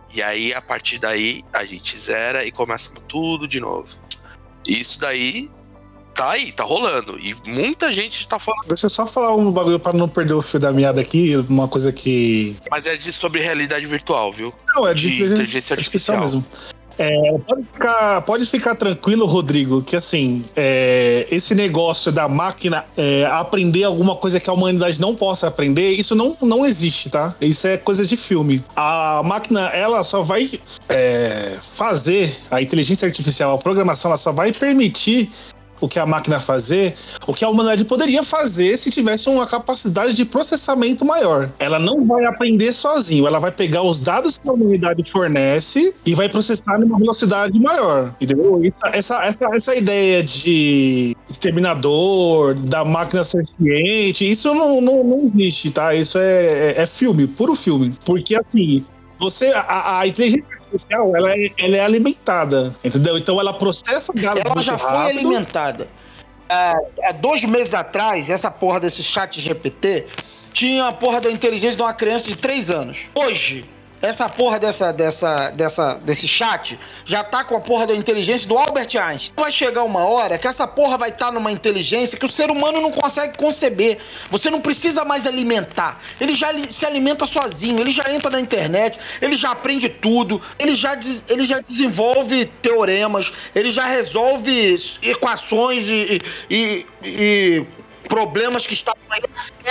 S11: E aí, a partir daí, a gente zera e começa tudo de novo. Isso daí tá aí, tá rolando. E muita gente tá falando.
S16: Deixa eu só falar um bagulho pra não perder o fio da meada aqui. Uma coisa que...
S11: Mas é de, sobre realidade virtual, viu?
S16: Não, é de,
S11: de inteligência artificial,
S16: artificial mesmo. É, pode, ficar, pode ficar tranquilo, Rodrigo, que assim, é, esse negócio da máquina é, aprender alguma coisa que a humanidade não possa aprender, isso não, não existe, tá? Isso é coisa de filme. A máquina, ela só vai é, fazer, a inteligência artificial, a programação, ela só vai permitir o que a máquina fazer, o que a humanidade poderia fazer se tivesse uma capacidade de processamento maior. Ela não vai aprender sozinho, ela vai pegar os dados que a humanidade fornece e vai processar numa velocidade maior, entendeu? Essa, essa, essa, essa ideia de exterminador, da máquina ser ciente, isso não, não, não existe, tá? Isso é, é, é filme, puro filme. Porque assim, você, a, a inteligência artificial, ela é, ela é alimentada, entendeu? Então ela processa dados.
S10: Ela já
S16: rápido.
S10: foi alimentada. Há é, dois meses atrás, essa porra desse chat G P T tinha a porra da inteligência de uma criança de três anos. Hoje, essa porra dessa, dessa, dessa, desse chat já tá com a porra da inteligência do Albert Einstein. Vai chegar uma hora que essa porra vai estar tá numa inteligência que o ser humano não consegue conceber. Você não precisa mais alimentar. Ele já se alimenta sozinho, ele já entra na internet, ele já aprende tudo, ele já, des, ele já desenvolve teoremas, ele já resolve equações e, e, e problemas que estavam aí.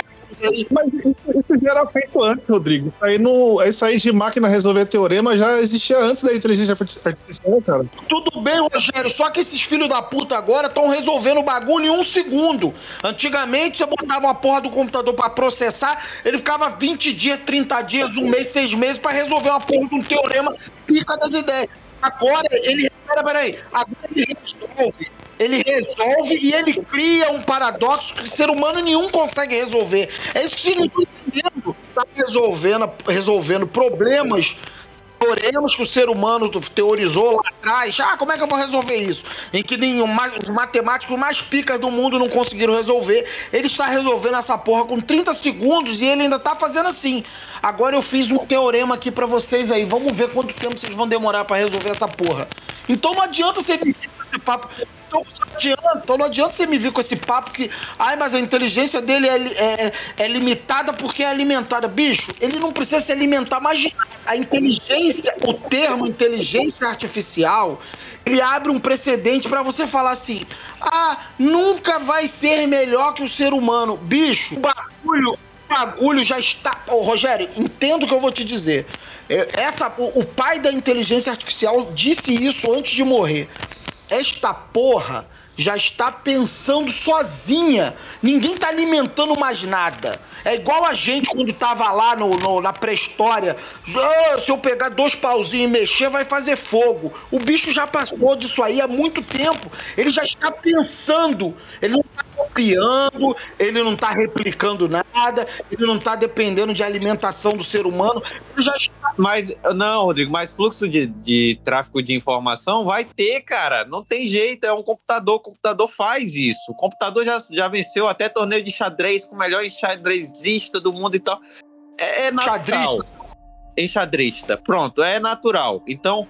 S16: Mas isso, isso já era feito antes, Rodrigo. Isso aí, no, isso aí de máquina resolver teorema já existia antes da inteligência artificial, cara.
S10: Tudo bem, Rogério, só que esses filhos da puta agora estão resolvendo o bagulho em um segundo. Antigamente, você botava uma porra do computador pra processar, ele ficava vinte dias, trinta dias, um mês, seis meses pra resolver uma porra de um teorema pica das ideias. Agora, ele... Pera, peraí. Agora ele resolve. Ele resolve e ele cria um paradoxo que ser humano nenhum consegue resolver. É isso que vocês não estão entendendo. Está resolvendo, resolvendo problemas, teoremas que o ser humano teorizou lá atrás. Ah, como é que eu vou resolver isso? Em que nenhum, os matemáticos mais picas do mundo não conseguiram resolver. Ele está resolvendo essa porra com trinta segundos e ele ainda está fazendo assim. Agora eu fiz um teorema aqui pra vocês aí. Vamos ver quanto tempo vocês vão demorar pra resolver essa porra. Então não adianta você me vir com esse papo. Então não adianta, então não adianta você me vir com esse papo que... Ai, mas a inteligência dele é, é, é limitada porque é alimentada. Bicho, ele não precisa se alimentar. Imagina, a inteligência, o termo inteligência artificial, ele abre um precedente pra você falar assim: ah, nunca vai ser melhor que o ser humano. Bicho, o bagulho... O bagulho já está... Ô, Rogério, entendo o que eu vou te dizer. Essa, o, o pai da inteligência artificial disse isso antes de morrer. Esta porra já está pensando sozinha. Ninguém tá alimentando mais nada. É igual a gente quando tava lá no, no, na pré-história. Oh, se eu pegar dois pauzinhos e mexer, vai fazer fogo. O bicho já passou disso aí há muito tempo. Ele já está pensando. Ele não tá copiando, ele não tá replicando nada, ele não tá dependendo de alimentação do ser humano. Ele já está...
S13: Mas, não, Rodrigo, mas fluxo de, de tráfego de informação vai ter, cara. Não tem jeito, é um computador. O computador faz isso. O computador já, já venceu até torneio de xadrez com o melhor enxadrezista do mundo e tal. É, é natural. Enxadrista, pronto, é natural. Então,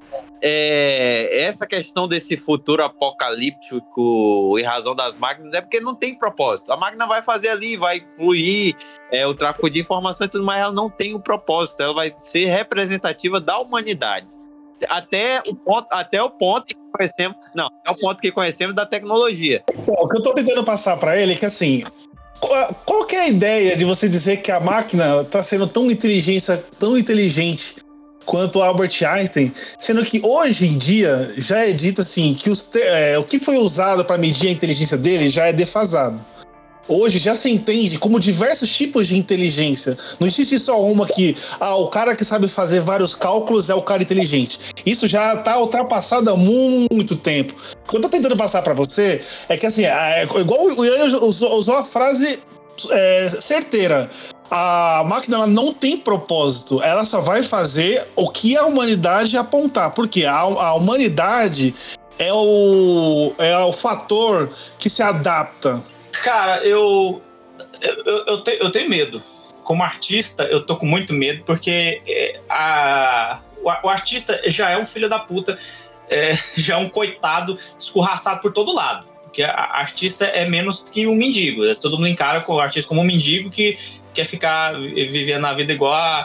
S13: é, essa questão desse futuro apocalíptico em razão das máquinas é porque não tem propósito. A máquina vai fazer ali, vai fluir é, o tráfego de informação e tudo, mas ela não tem um propósito. Ela vai ser representativa da humanidade. Até o ponto, até o ponto que conhecemos, não, até o ponto que conhecemos da tecnologia.
S16: Bom, o que eu tô tentando passar para ele é que assim, qual, qual que é a ideia de você dizer que a máquina tá sendo tão inteligente, tão inteligente quanto o Albert Einstein, sendo que hoje em dia já é dito assim que os te, é, o que foi usado para medir a inteligência dele já é defasado. Hoje já se entende como diversos tipos de inteligência. Não existe só uma que ah, o cara que sabe fazer vários cálculos é o cara inteligente. Isso já está ultrapassado há muito tempo. O que eu estou tentando passar para você é que assim, é, igual o Ian usou, usou a frase é, certeira. A máquina ela não tem propósito, ela só vai fazer o que a humanidade apontar. Porque a, a humanidade é o, é o fator que se adapta.
S7: Cara, eu, eu, eu, te, eu tenho medo. Como artista, eu tô com muito medo, porque a, o artista já é um filho da puta, é, já é um coitado escorraçado por todo lado. Porque a artista é menos que um mendigo. Todo mundo encara o artista como um mendigo que quer ficar vivendo a vida igual a,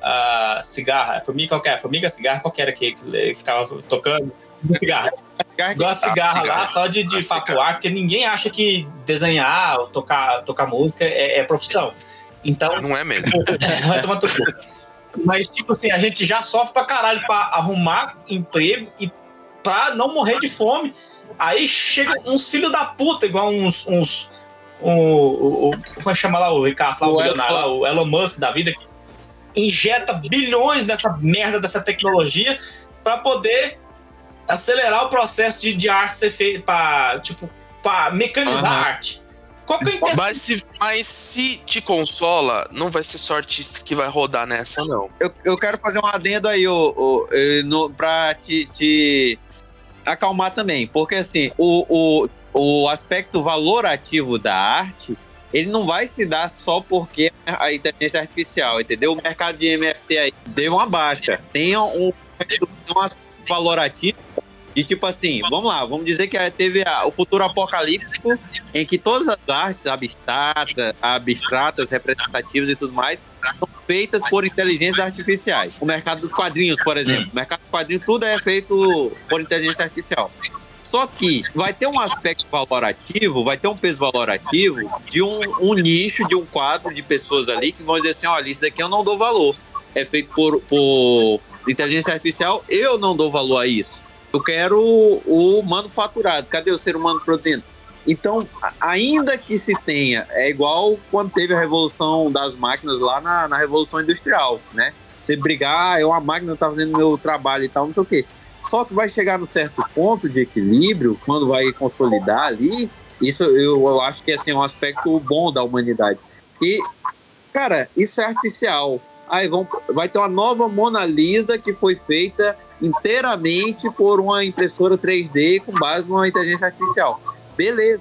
S7: a cigarra. Formiga qualquer, formiga cigarra qualquer aqui, que ficava tocando cigarra. Igual a cigarra lá, só de, de papoar, porque ninguém acha que desenhar ou tocar, tocar música é, é profissão. Então,
S11: não é mesmo.
S7: Vai tomar tudo. Mas, tipo assim, a gente já sofre pra caralho pra arrumar emprego e pra não morrer de fome. Aí chega uns filhos da puta, igual uns. uns um, o, o, como é que chama lá o Ricardo, lá, o, o bilionário, lá, o Elon Musk da vida, que injeta bilhões nessa merda dessa tecnologia pra poder acelerar o processo de, de arte ser feito, pra, tipo, pra mecanizar uhum. a arte. Qual que é a intenção?
S11: Mas se, mas se te consola, não vai ser só artista que vai rodar nessa, não.
S17: Eu, eu quero fazer um adendo aí, ô, ô, no, pra te, te acalmar também. Porque, assim, o, o, o aspecto valorativo da arte, ele não vai se dar só porque a inteligência artificial, entendeu? O mercado de N F T aí deu uma baixa. Tem um, um aspecto valorativo de tipo assim, vamos lá, vamos dizer que teve a, o futuro apocalíptico em que todas as artes abstratas, abstratas, representativas e tudo mais são feitas por inteligências artificiais. O mercado dos quadrinhos, por exemplo. O mercado dos quadrinhos, tudo é feito por inteligência artificial. Só que vai ter um aspecto valorativo, vai ter um peso valorativo de um, um nicho, de um quadro de pessoas ali que vão dizer assim, olha, isso daqui eu não dou valor. É feito por, por inteligência artificial, eu não dou valor a isso. Eu quero o, o manufaturado. Cadê o ser humano produzindo? Então, ainda que se tenha, é igual quando teve a revolução das máquinas lá na, na Revolução Industrial, né? Você brigar, é uma máquina que tá fazendo meu trabalho e tal, não sei o quê. Só que vai chegar num certo ponto de equilíbrio, quando vai consolidar ali, isso eu, eu acho que assim, é um aspecto bom da humanidade. E, cara, isso é artificial. Aí vão, vai ter uma nova Mona Lisa que foi feita inteiramente por uma impressora três D com base numa inteligência artificial. Beleza.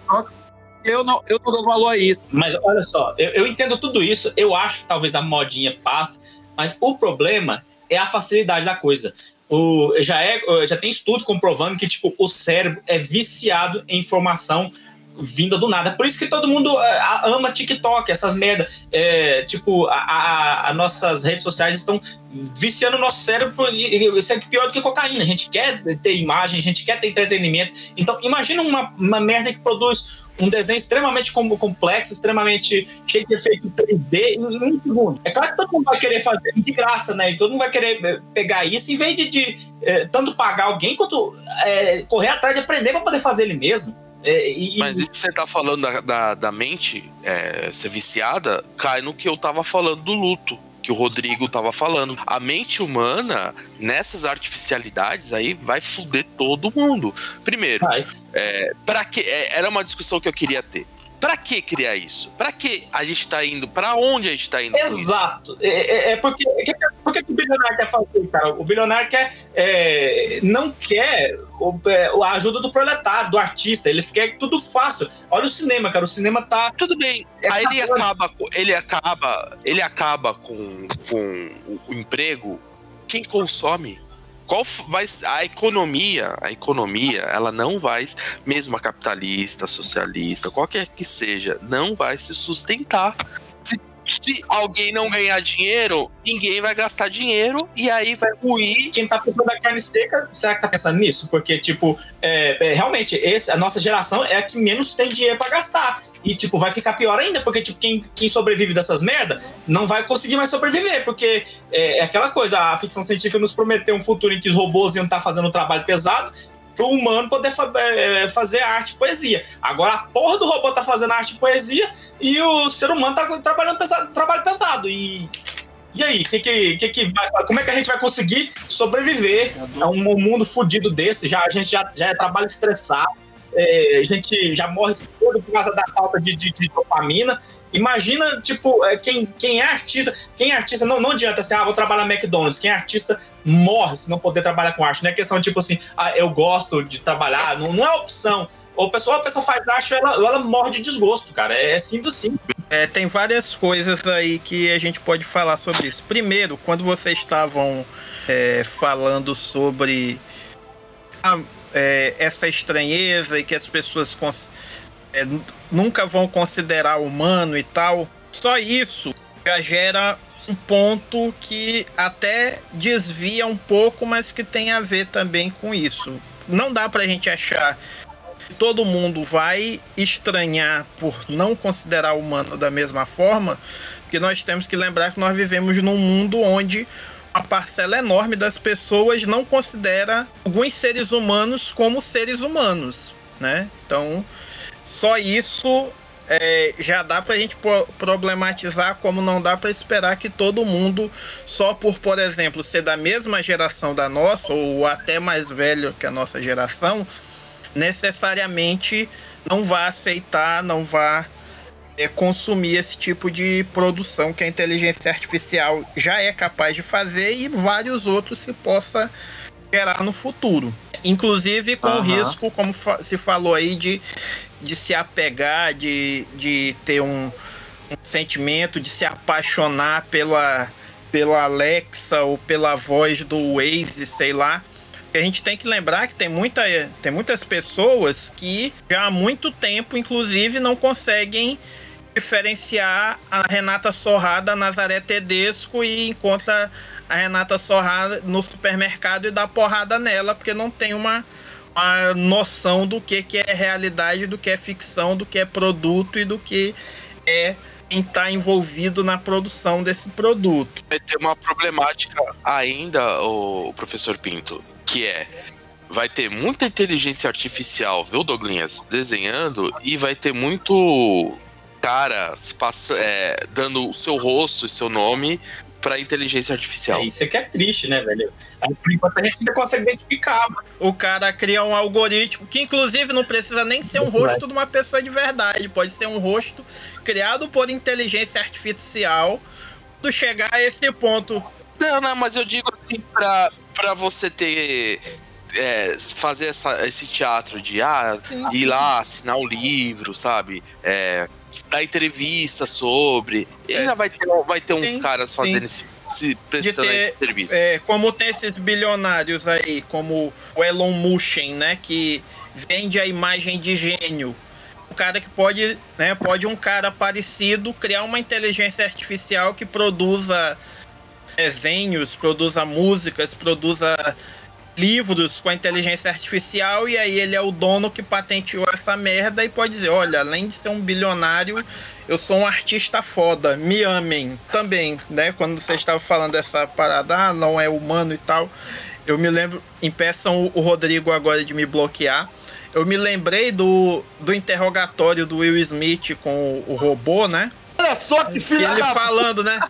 S17: Eu não, eu não dou valor a isso.
S7: Mas olha só, eu, eu entendo tudo isso, eu acho que talvez a modinha passe, mas o problema é a facilidade da coisa. O, já, é, já tem estudo comprovando que tipo, o cérebro é viciado em informação vinda do nada. Por isso que todo mundo uh, ama TikTok, essas merdas. É, tipo, a, a, a nossas redes sociais estão viciando o nosso cérebro, e isso é pior do que cocaína. A gente quer ter imagem, a gente quer ter entretenimento. Então, imagina uma, uma merda que produz um desenho extremamente complexo, extremamente cheio de efeito três D em um segundo. É claro que todo mundo vai querer fazer de graça, né? E todo mundo vai querer pegar isso, em vez de, de é, tanto pagar alguém, quanto é, correr atrás de aprender para poder fazer ele mesmo. É, e,
S11: Mas isso que você tá falando da, da, da mente é, ser viciada, cai no que eu tava falando do luto, que o Rodrigo tava falando. A mente humana, nessas artificialidades aí, vai foder todo mundo. Primeiro, é, pra que, é, era uma discussão que eu queria ter. Pra que criar isso? Pra que a gente tá indo? Pra onde a gente tá indo?
S7: Exato. É, é, é porque, por que o bilionário quer fazer, cara? O bilionário quer, é, não quer o, é, a ajuda do proletário, do artista. Eles querem tudo fácil. Olha o cinema, cara. O cinema tá...
S11: Tudo bem. É Aí ele acaba, ele acaba, ele acaba com, com o emprego. Quem consome? Qual vai a economia? A economia, ela não vai, mesmo a capitalista, socialista, qualquer que seja, não vai se sustentar. Se, se alguém não ganhar dinheiro, ninguém vai gastar dinheiro e aí vai ruir.
S7: Quem tá pensando na carne seca, será que tá pensando nisso? Porque, tipo, é, é, realmente, esse, a nossa geração é a que menos tem dinheiro pra gastar. E, tipo, vai ficar pior ainda, porque, tipo, quem, quem sobrevive dessas merda não vai conseguir mais sobreviver, porque é, é aquela coisa, a ficção científica nos prometeu um futuro em que os robôs iam estar fazendo um trabalho pesado pro humano poder fa é, fazer arte e poesia. Agora a porra do robô tá fazendo arte e poesia e o ser humano tá trabalhando pesado, trabalho pesado. E, e aí, que que, que que vai, como é que a gente vai conseguir sobreviver a um mundo fudido desse? Já, a gente já, já é trabalho estressado. É, a gente já morre todo por causa da falta de, de, de dopamina. Imagina, tipo, quem, quem é artista, quem é artista não, não adianta assim, ah, vou trabalhar no McDonald's. Quem é artista morre se não poder trabalhar com arte. Não é questão tipo assim, ah, eu gosto de trabalhar, não, não é opção. Ou a pessoa, a pessoa faz arte, ela, ela morre de desgosto, cara. É simples sim.
S15: É, tem várias coisas aí que a gente pode falar sobre isso. Primeiro, quando vocês estavam é, falando sobre a, é, essa estranheza e que as pessoas cons- é, nunca vão considerar humano e tal. Só isso já gera um ponto que até desvia um pouco, mas que tem a ver também com isso. Não dá pra gente achar que todo mundo vai estranhar por não considerar o humano da mesma forma, porque nós temos que lembrar que nós vivemos num mundo onde uma parcela enorme das pessoas não considera alguns seres humanos como seres humanos, né? Então, só isso é, já dá pra gente problematizar, como não dá pra esperar que todo mundo, só por, por exemplo, ser da mesma geração da nossa, ou até mais velho que a nossa geração, necessariamente não vá aceitar, não vá é, consumir esse tipo de produção que a inteligência artificial já é capaz de fazer e vários outros que possa gerar no futuro. Inclusive com uhum. o risco, como fa- se falou aí, de, de se apegar, de, de ter um, um sentimento, de se apaixonar pela, pela Alexa ou pela voz do Waze, sei lá. A gente tem que lembrar que tem, muita, tem muitas pessoas que já há muito tempo, inclusive, não conseguem diferenciar a Renata Sorrah da Nazaré Tedesco e encontra a Renata Sorrah no supermercado e dá porrada nela, porque não tem uma, uma noção do que, que é realidade, do que é ficção, do que é produto e do que é quem está envolvido na produção desse produto.
S11: Vai ter uma problemática ainda, o professor Pinto, que é, vai ter muita inteligência artificial, viu, Douglinhas, desenhando, e vai ter muito cara se passa, é, dando o seu rosto e seu nome pra inteligência artificial.
S7: É, isso aqui é triste, né, velho? Aí, por enquanto a gente ainda consegue identificar.
S15: O cara cria um algoritmo que, inclusive, não precisa nem ser um rosto de uma pessoa de verdade. Pode ser um rosto criado por inteligência artificial. Tu chegar a esse ponto.
S11: Não, não, mas eu digo assim, pra, pra você ter... É, fazer essa, esse teatro de ah, ir lá, assinar o livro, sabe? É, dar entrevista sobre. E ainda vai ter, vai ter uns sim, sim. fazendo esse, esse prestando ter, esse serviço.
S15: É, como tem esses bilionários aí, como o Elon Musk, né? Que vende a imagem de gênio. Um cara que pode, né? Pode um cara parecido criar uma inteligência artificial que produza desenhos, produza músicas, produza livros com a inteligência artificial, e aí ele é o dono que patenteou essa merda e pode dizer, olha, além de ser um bilionário, eu sou um artista foda, me amem. Também, né, quando você estava falando dessa parada, ah, não é humano e tal, eu me lembro, impeçam o Rodrigo agora de me bloquear, eu me lembrei do, do interrogatório do Will Smith com o, o robô, né?
S10: Olha só que filho
S15: ele da... falando, né?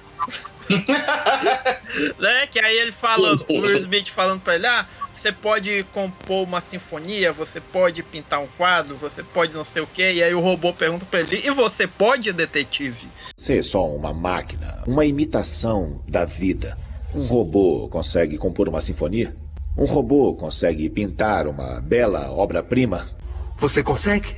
S15: né? Que aí ele falando, o Will Smith falando pra ele, ah, você pode compor uma sinfonia, você pode pintar um quadro, você pode não sei o quê. E aí o robô pergunta pra ele, e você pode, detetive?
S18: Você é só uma máquina, uma imitação da vida. Um robô consegue compor uma sinfonia? Um robô consegue pintar uma bela obra-prima?
S2: Você consegue?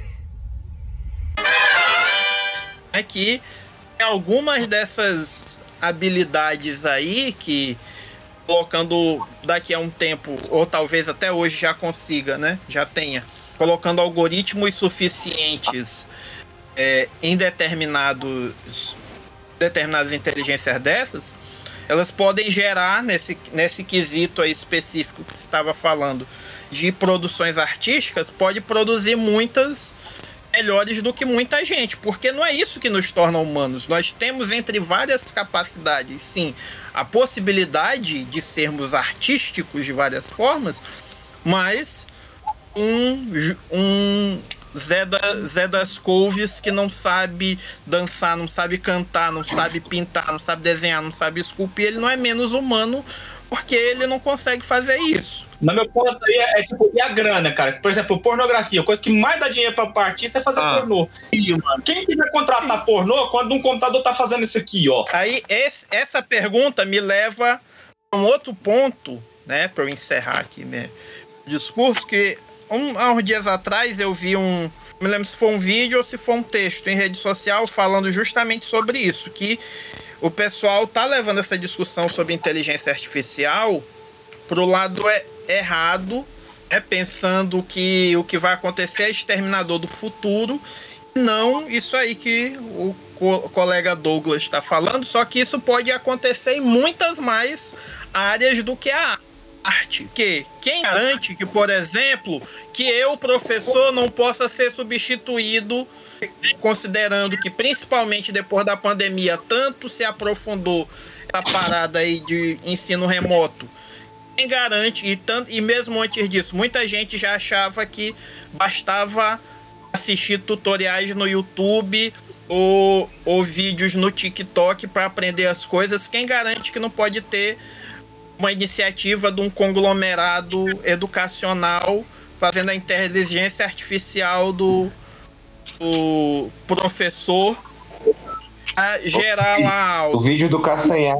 S15: Aqui, algumas dessas habilidades aí que, colocando daqui a um tempo, ou talvez até hoje já consiga, né? Já tenha. Colocando algoritmos suficientes é, em determinados, determinadas inteligências dessas, elas podem gerar, nesse, nesse quesito aí específico que você estava falando, de produções artísticas, pode produzir muitas melhores do que muita gente, porque não é isso que nos torna humanos. Nós temos, entre várias capacidades, sim, a possibilidade de sermos artísticos de várias formas, mas um, um Zé, da, Zé das Couves que não sabe dançar, não sabe cantar, não sabe pintar, não sabe desenhar, não sabe esculpir, ele não é menos humano porque ele não consegue fazer isso.
S7: No meu ponto aí é, é tipo, e a grana, cara? Por exemplo, pornografia, a coisa que mais dá dinheiro pra, pra artista é fazer ah. pornô. E, mano, quem quiser contratar pornô quando um computador tá fazendo isso aqui, ó?
S15: Aí, esse, essa pergunta me leva a um outro ponto, né, pra eu encerrar aqui meu discurso, que um, há uns dias atrás eu vi um, não me lembro se foi um vídeo ou se foi um texto em rede social falando justamente sobre isso, que o pessoal tá levando essa discussão sobre inteligência artificial pro lado é, errado, é pensando que o que vai acontecer é Exterminador do Futuro, não isso aí que o co- colega Douglas está falando, só que isso pode acontecer em muitas mais áreas do que a arte. Que quem garante que, por exemplo, que eu, professor, não possa ser substituído, considerando que principalmente depois da pandemia tanto se aprofundou a parada aí de ensino remoto. Quem garante, e, tanto, e mesmo antes disso, muita gente já achava que bastava assistir tutoriais no YouTube ou, ou vídeos no TikTok para aprender as coisas. Quem garante que não pode ter uma iniciativa de um conglomerado educacional fazendo a inteligência artificial do, do professor a gerar lá a aula.
S12: O vídeo do Castanhari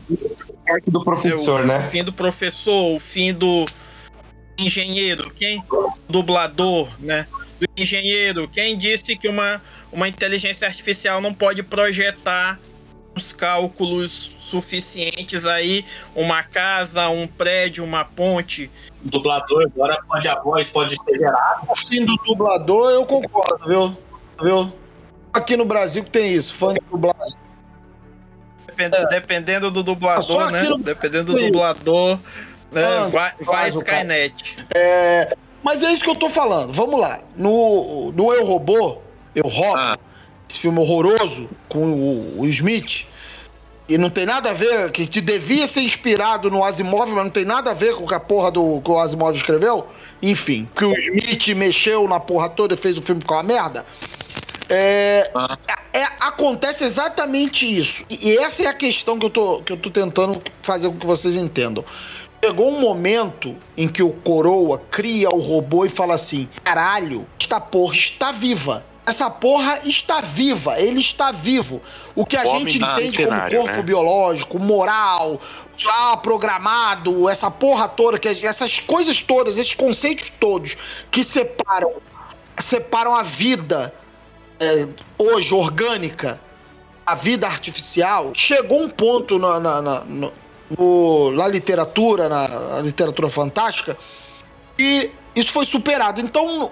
S12: é o do professor,
S15: é o
S12: né?
S15: O fim do professor, o fim do engenheiro, quem? Dublador, né? Do engenheiro, quem disse que uma, uma inteligência artificial não pode projetar os cálculos suficientes aí, uma casa, um prédio, uma ponte.
S7: Dublador, agora pode a voz pode ser gerada.
S10: O fim do dublador, eu concordo, viu? viu? Aqui no Brasil que tem isso, fã de dublagem.
S15: Depend, é. Dependendo do dublador, né?
S10: No...
S15: Dependendo do dublador, né?
S10: Ah,
S15: vai, vai Skynet.
S10: É, mas é isso que eu tô falando. Vamos lá. No, no Eu, Robô, Eu, Robo, ah. esse filme horroroso com o, o Smith, e não tem nada a ver, que, que devia ser inspirado no Asimov, mas não tem nada a ver com a porra do que o Asimov escreveu. Enfim, que o Smith mexeu na porra toda e fez o filme ficar uma merda. É, ah. é, acontece exatamente isso. E, e essa é a questão que eu, tô, que eu tô tentando fazer com que vocês entendam. Chegou um momento em que o Coroa cria o robô e fala assim: caralho, esta porra está viva. Essa porra está viva, ele está vivo. O que a
S11: Homem
S10: gente entende como corpo
S11: né?
S10: biológico, moral, já programado, essa porra toda, que essas coisas todas, esses conceitos todos que separam, separam a vida é, hoje orgânica, a vida artificial, chegou um ponto na, na, na, no, no, na literatura, na, na literatura fantástica, e isso foi superado. Então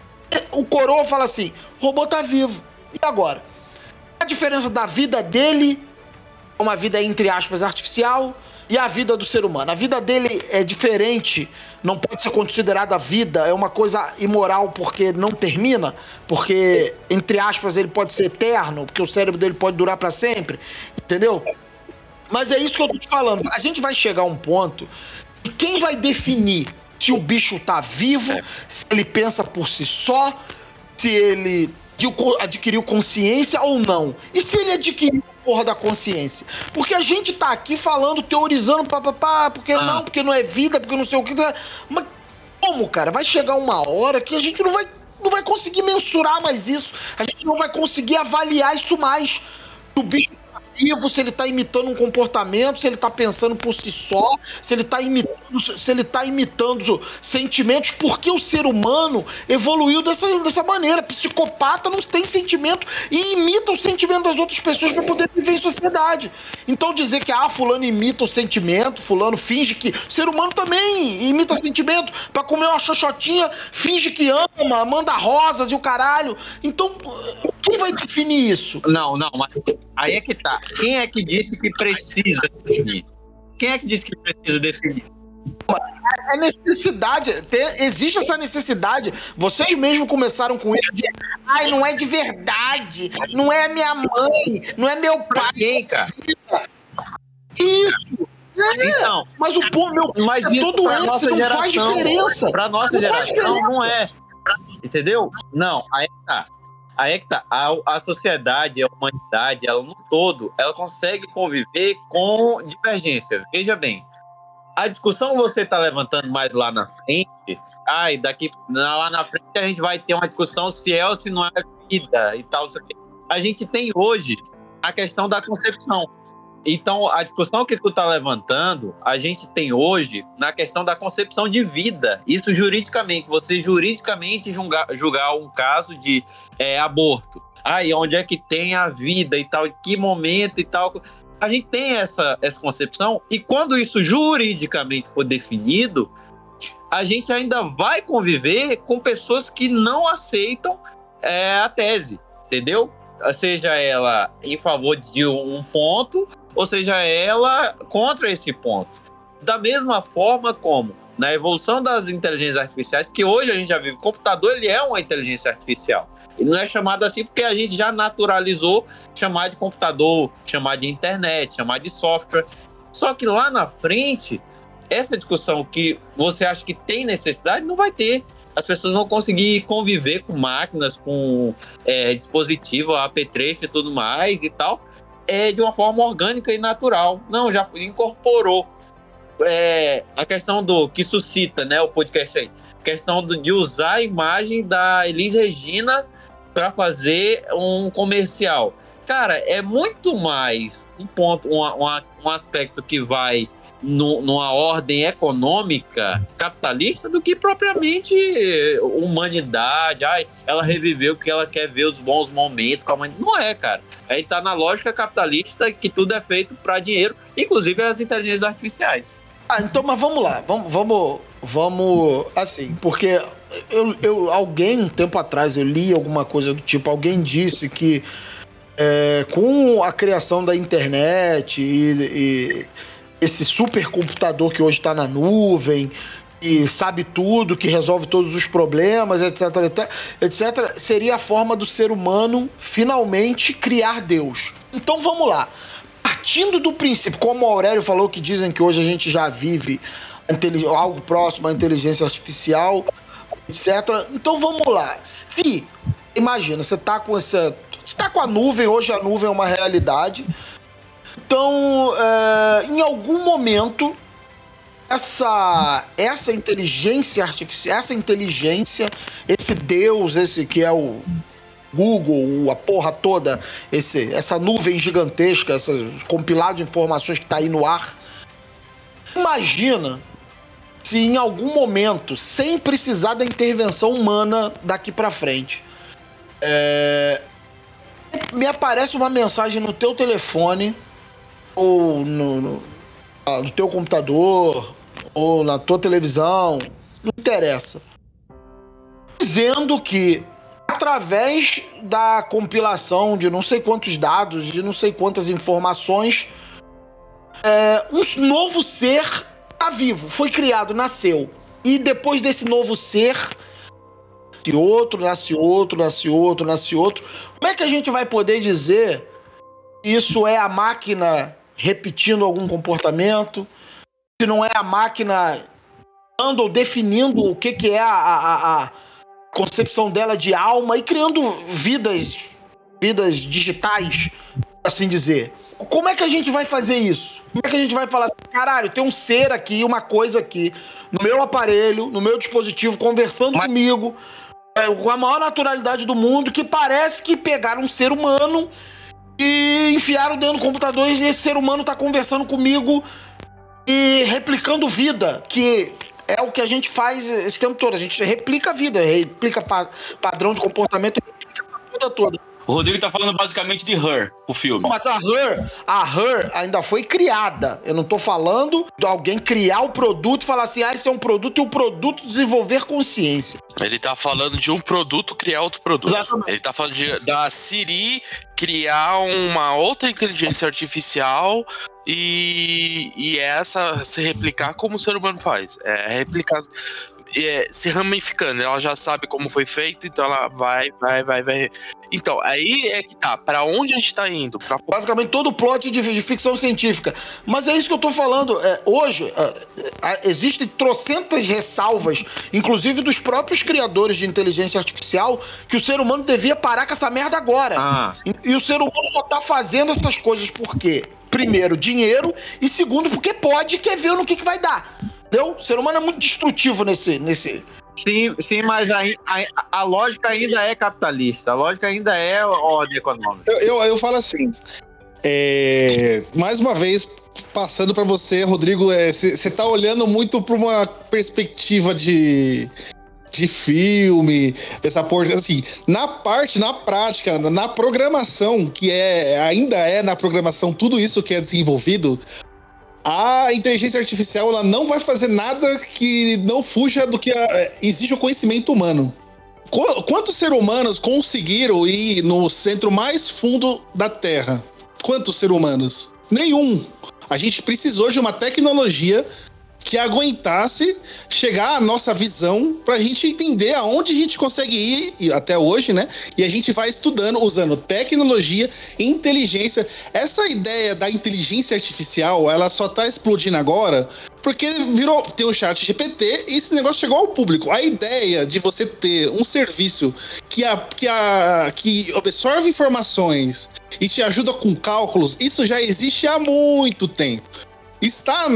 S10: o Coroa fala assim: o robô tá vivo. E agora? A diferença da vida dele, uma vida entre aspas artificial, e a vida do ser humano. A vida dele é diferente, não pode ser considerada vida, é uma coisa imoral porque não termina, porque entre aspas ele pode ser eterno, porque o cérebro dele pode durar pra sempre, entendeu? Mas é isso que eu tô te falando. A gente vai chegar a um ponto e quem vai definir se o bicho tá vivo, se ele pensa por si só, se ele adquiriu consciência ou não. E se ele adquiriu a porra da consciência? Porque a gente tá aqui falando, teorizando, papapá, porque ah. não, porque não é vida, porque não sei o que. Mas como, cara? Vai chegar uma hora que a gente não vai, não vai conseguir mensurar mais isso. A gente não vai conseguir avaliar isso mais. O bicho vivo, se ele tá imitando um comportamento, se ele tá pensando por si só, se ele tá imitando, se ele tá imitando sentimentos, porque o ser humano evoluiu dessa, dessa maneira. Psicopata não tem sentimento e imita o sentimento das outras pessoas para poder viver em sociedade. Então dizer que ah, fulano imita o sentimento, fulano finge que... O ser humano também imita sentimento. Para comer uma xoxotinha, finge que ama, manda rosas e o caralho. Então, quem vai definir isso?
S17: Não, não, mas aí é que tá. Quem é que disse que precisa definir? Quem é que disse que precisa definir?
S10: É necessidade, tem, existe essa necessidade. Vocês mesmos começaram com isso de ai, não é de verdade, não é minha mãe, não é meu pai.
S17: Quem, cara?
S10: Isso! É,
S17: então,
S10: mas o pô, meu
S17: mas
S10: é
S17: isso
S10: todo
S17: pra
S10: esse,
S17: nossa
S10: não
S17: geração,
S10: faz diferença.
S17: Pra nossa
S10: não
S17: geração não é. Entendeu? Não, aí tá. Aí é que tá, a, a sociedade, a humanidade, ela no todo, ela consegue conviver com divergência. Veja bem, a discussão que você está levantando mais lá na frente, ai, daqui lá na frente a gente vai ter uma discussão se é ou se não é vida e tal. A gente tem hoje a questão da concepção. Então, a discussão que tu tá levantando, a gente tem hoje na questão da concepção de vida. Isso juridicamente, você juridicamente julgar, julgar um caso de é, aborto. Aí, onde é que tem a vida e tal, em que momento e tal. A gente tem essa, essa concepção, e quando isso juridicamente for definido, a gente ainda vai conviver com pessoas que não aceitam é, a tese, entendeu? Seja ela em favor de um ponto, ou seja ela contra esse ponto. Da mesma forma como na evolução das inteligências artificiais, que hoje a gente já vive, o computador ele é uma inteligência artificial. Ele não é chamado assim porque a gente já naturalizou chamar de computador, chamar de internet, chamar de software. Só que lá na frente, essa discussão que você acha que tem necessidade, não vai ter. As pessoas vão conseguir conviver com máquinas, com é, dispositivo, apetrecho e tudo mais e tal, é, de uma forma orgânica e natural. Não, já incorporou. É, a questão do que suscita, né, o podcast aí, questão do, de usar a imagem da Elis Regina para fazer um comercial. Cara, é muito mais um ponto, uma, uma, um aspecto que vai no, numa ordem econômica capitalista do que propriamente humanidade. Ai, ela reviveu que ela quer ver os bons momentos com a humanidade. Não é, cara. Aí tá na lógica capitalista que tudo é feito para dinheiro, inclusive as inteligências artificiais.
S10: Ah, então, mas vamos lá, vamos, vamos, vamos assim, porque eu, eu, alguém, um tempo atrás, eu li alguma coisa do tipo, alguém disse que é, com a criação da internet e, e esse supercomputador que hoje está na nuvem, que sabe tudo, que resolve todos os problemas, etc, etc, seria a forma do ser humano finalmente criar Deus. Então vamos lá. Partindo do princípio, como o Aurélio falou, que dizem que hoje a gente já vive algo próximo à inteligência artificial, etcétera. Então vamos lá. Se, imagina, você está com essa, você tá com a nuvem, hoje a nuvem é uma realidade. Então, é, em algum momento, essa, essa inteligência artificial, essa inteligência, esse Deus, esse que é o Google, a porra toda, esse, essa nuvem gigantesca, esse compilado de informações que está aí no ar. Imagina se em algum momento, sem precisar da intervenção humana daqui para frente, é, me aparece uma mensagem no teu telefone ou no, no, no teu computador ou na tua televisão, não interessa, dizendo que através da compilação de não sei quantos dados, de não sei quantas informações, é, um novo ser está vivo, foi criado, nasceu. E depois desse novo ser, nasce outro, nasce outro, nasce outro, nasce outro. Como é que a gente vai poder dizer que isso é a máquina repetindo algum comportamento? Se não é a máquina dando ou definindo o que, que é a... a, a concepção dela de alma e criando vidas, vidas digitais, por assim dizer. Como é que a gente vai fazer isso? Como é que a gente vai falar assim, caralho, tem um ser aqui, uma coisa aqui, no meu aparelho, no meu dispositivo, conversando Mas... comigo, é, com a maior naturalidade do mundo, que parece que pegaram um ser humano e enfiaram dentro do computador e esse ser humano tá conversando comigo e replicando vida, que... é o que a gente faz esse tempo todo. A gente replica a vida, replica pa- padrão de comportamento, replica a vida toda.
S19: O Rodrigo tá falando basicamente de Her, o filme.
S10: Mas a Her, a Her ainda foi criada. Eu não tô falando de alguém criar o produto e falar assim, ah, esse é um produto e o produto desenvolver consciência.
S11: Ele tá falando de um produto criar outro produto. Exatamente. Ele tá falando de, da Siri criar uma outra inteligência artificial e, e essa se replicar como o ser humano faz. É replicar... É, se ramificando, ela já sabe como foi feito, então ela vai, vai, vai, vai. Então, aí é que tá, pra onde a gente tá indo? Pra...
S10: Basicamente todo o plot de, de ficção científica. Mas é isso que eu tô falando. É, hoje, é, é, existem trocentas ressalvas, inclusive dos próprios criadores de inteligência artificial, que o ser humano devia parar com essa merda agora. Ah. E, e o ser humano só tá fazendo essas coisas por quê? Primeiro, dinheiro, e segundo, porque pode e quer ver no que, que vai dar. Entendeu? O ser humano é muito destrutivo nesse... nesse...
S17: Sim, sim, mas a, a, a lógica ainda é capitalista. A lógica ainda é a ordem econômica.
S16: Eu, eu, eu falo assim, é, mais uma vez, passando para você, Rodrigo, você é, tá olhando muito para uma perspectiva de de filme, essa porra, assim, na parte, na prática, na programação, que é, ainda é na programação, tudo isso que é desenvolvido, a inteligência artificial, ela não vai fazer nada que não fuja do que a, exige o conhecimento humano. Qu- quantos seres humanos conseguiram ir no centro mais fundo da Terra? Quantos seres humanos? Nenhum. A gente precisou de uma tecnologia que aguentasse chegar à nossa visão pra gente entender aonde a gente consegue ir até hoje, né? E a gente vai estudando, usando tecnologia, inteligência. Essa ideia da inteligência artificial, ela só tá explodindo agora porque virou, tem o chat G P T e esse negócio chegou ao público. A ideia de você ter um serviço que, a, que, a, que absorve informações e te ajuda com cálculos, isso já existe há muito tempo. Está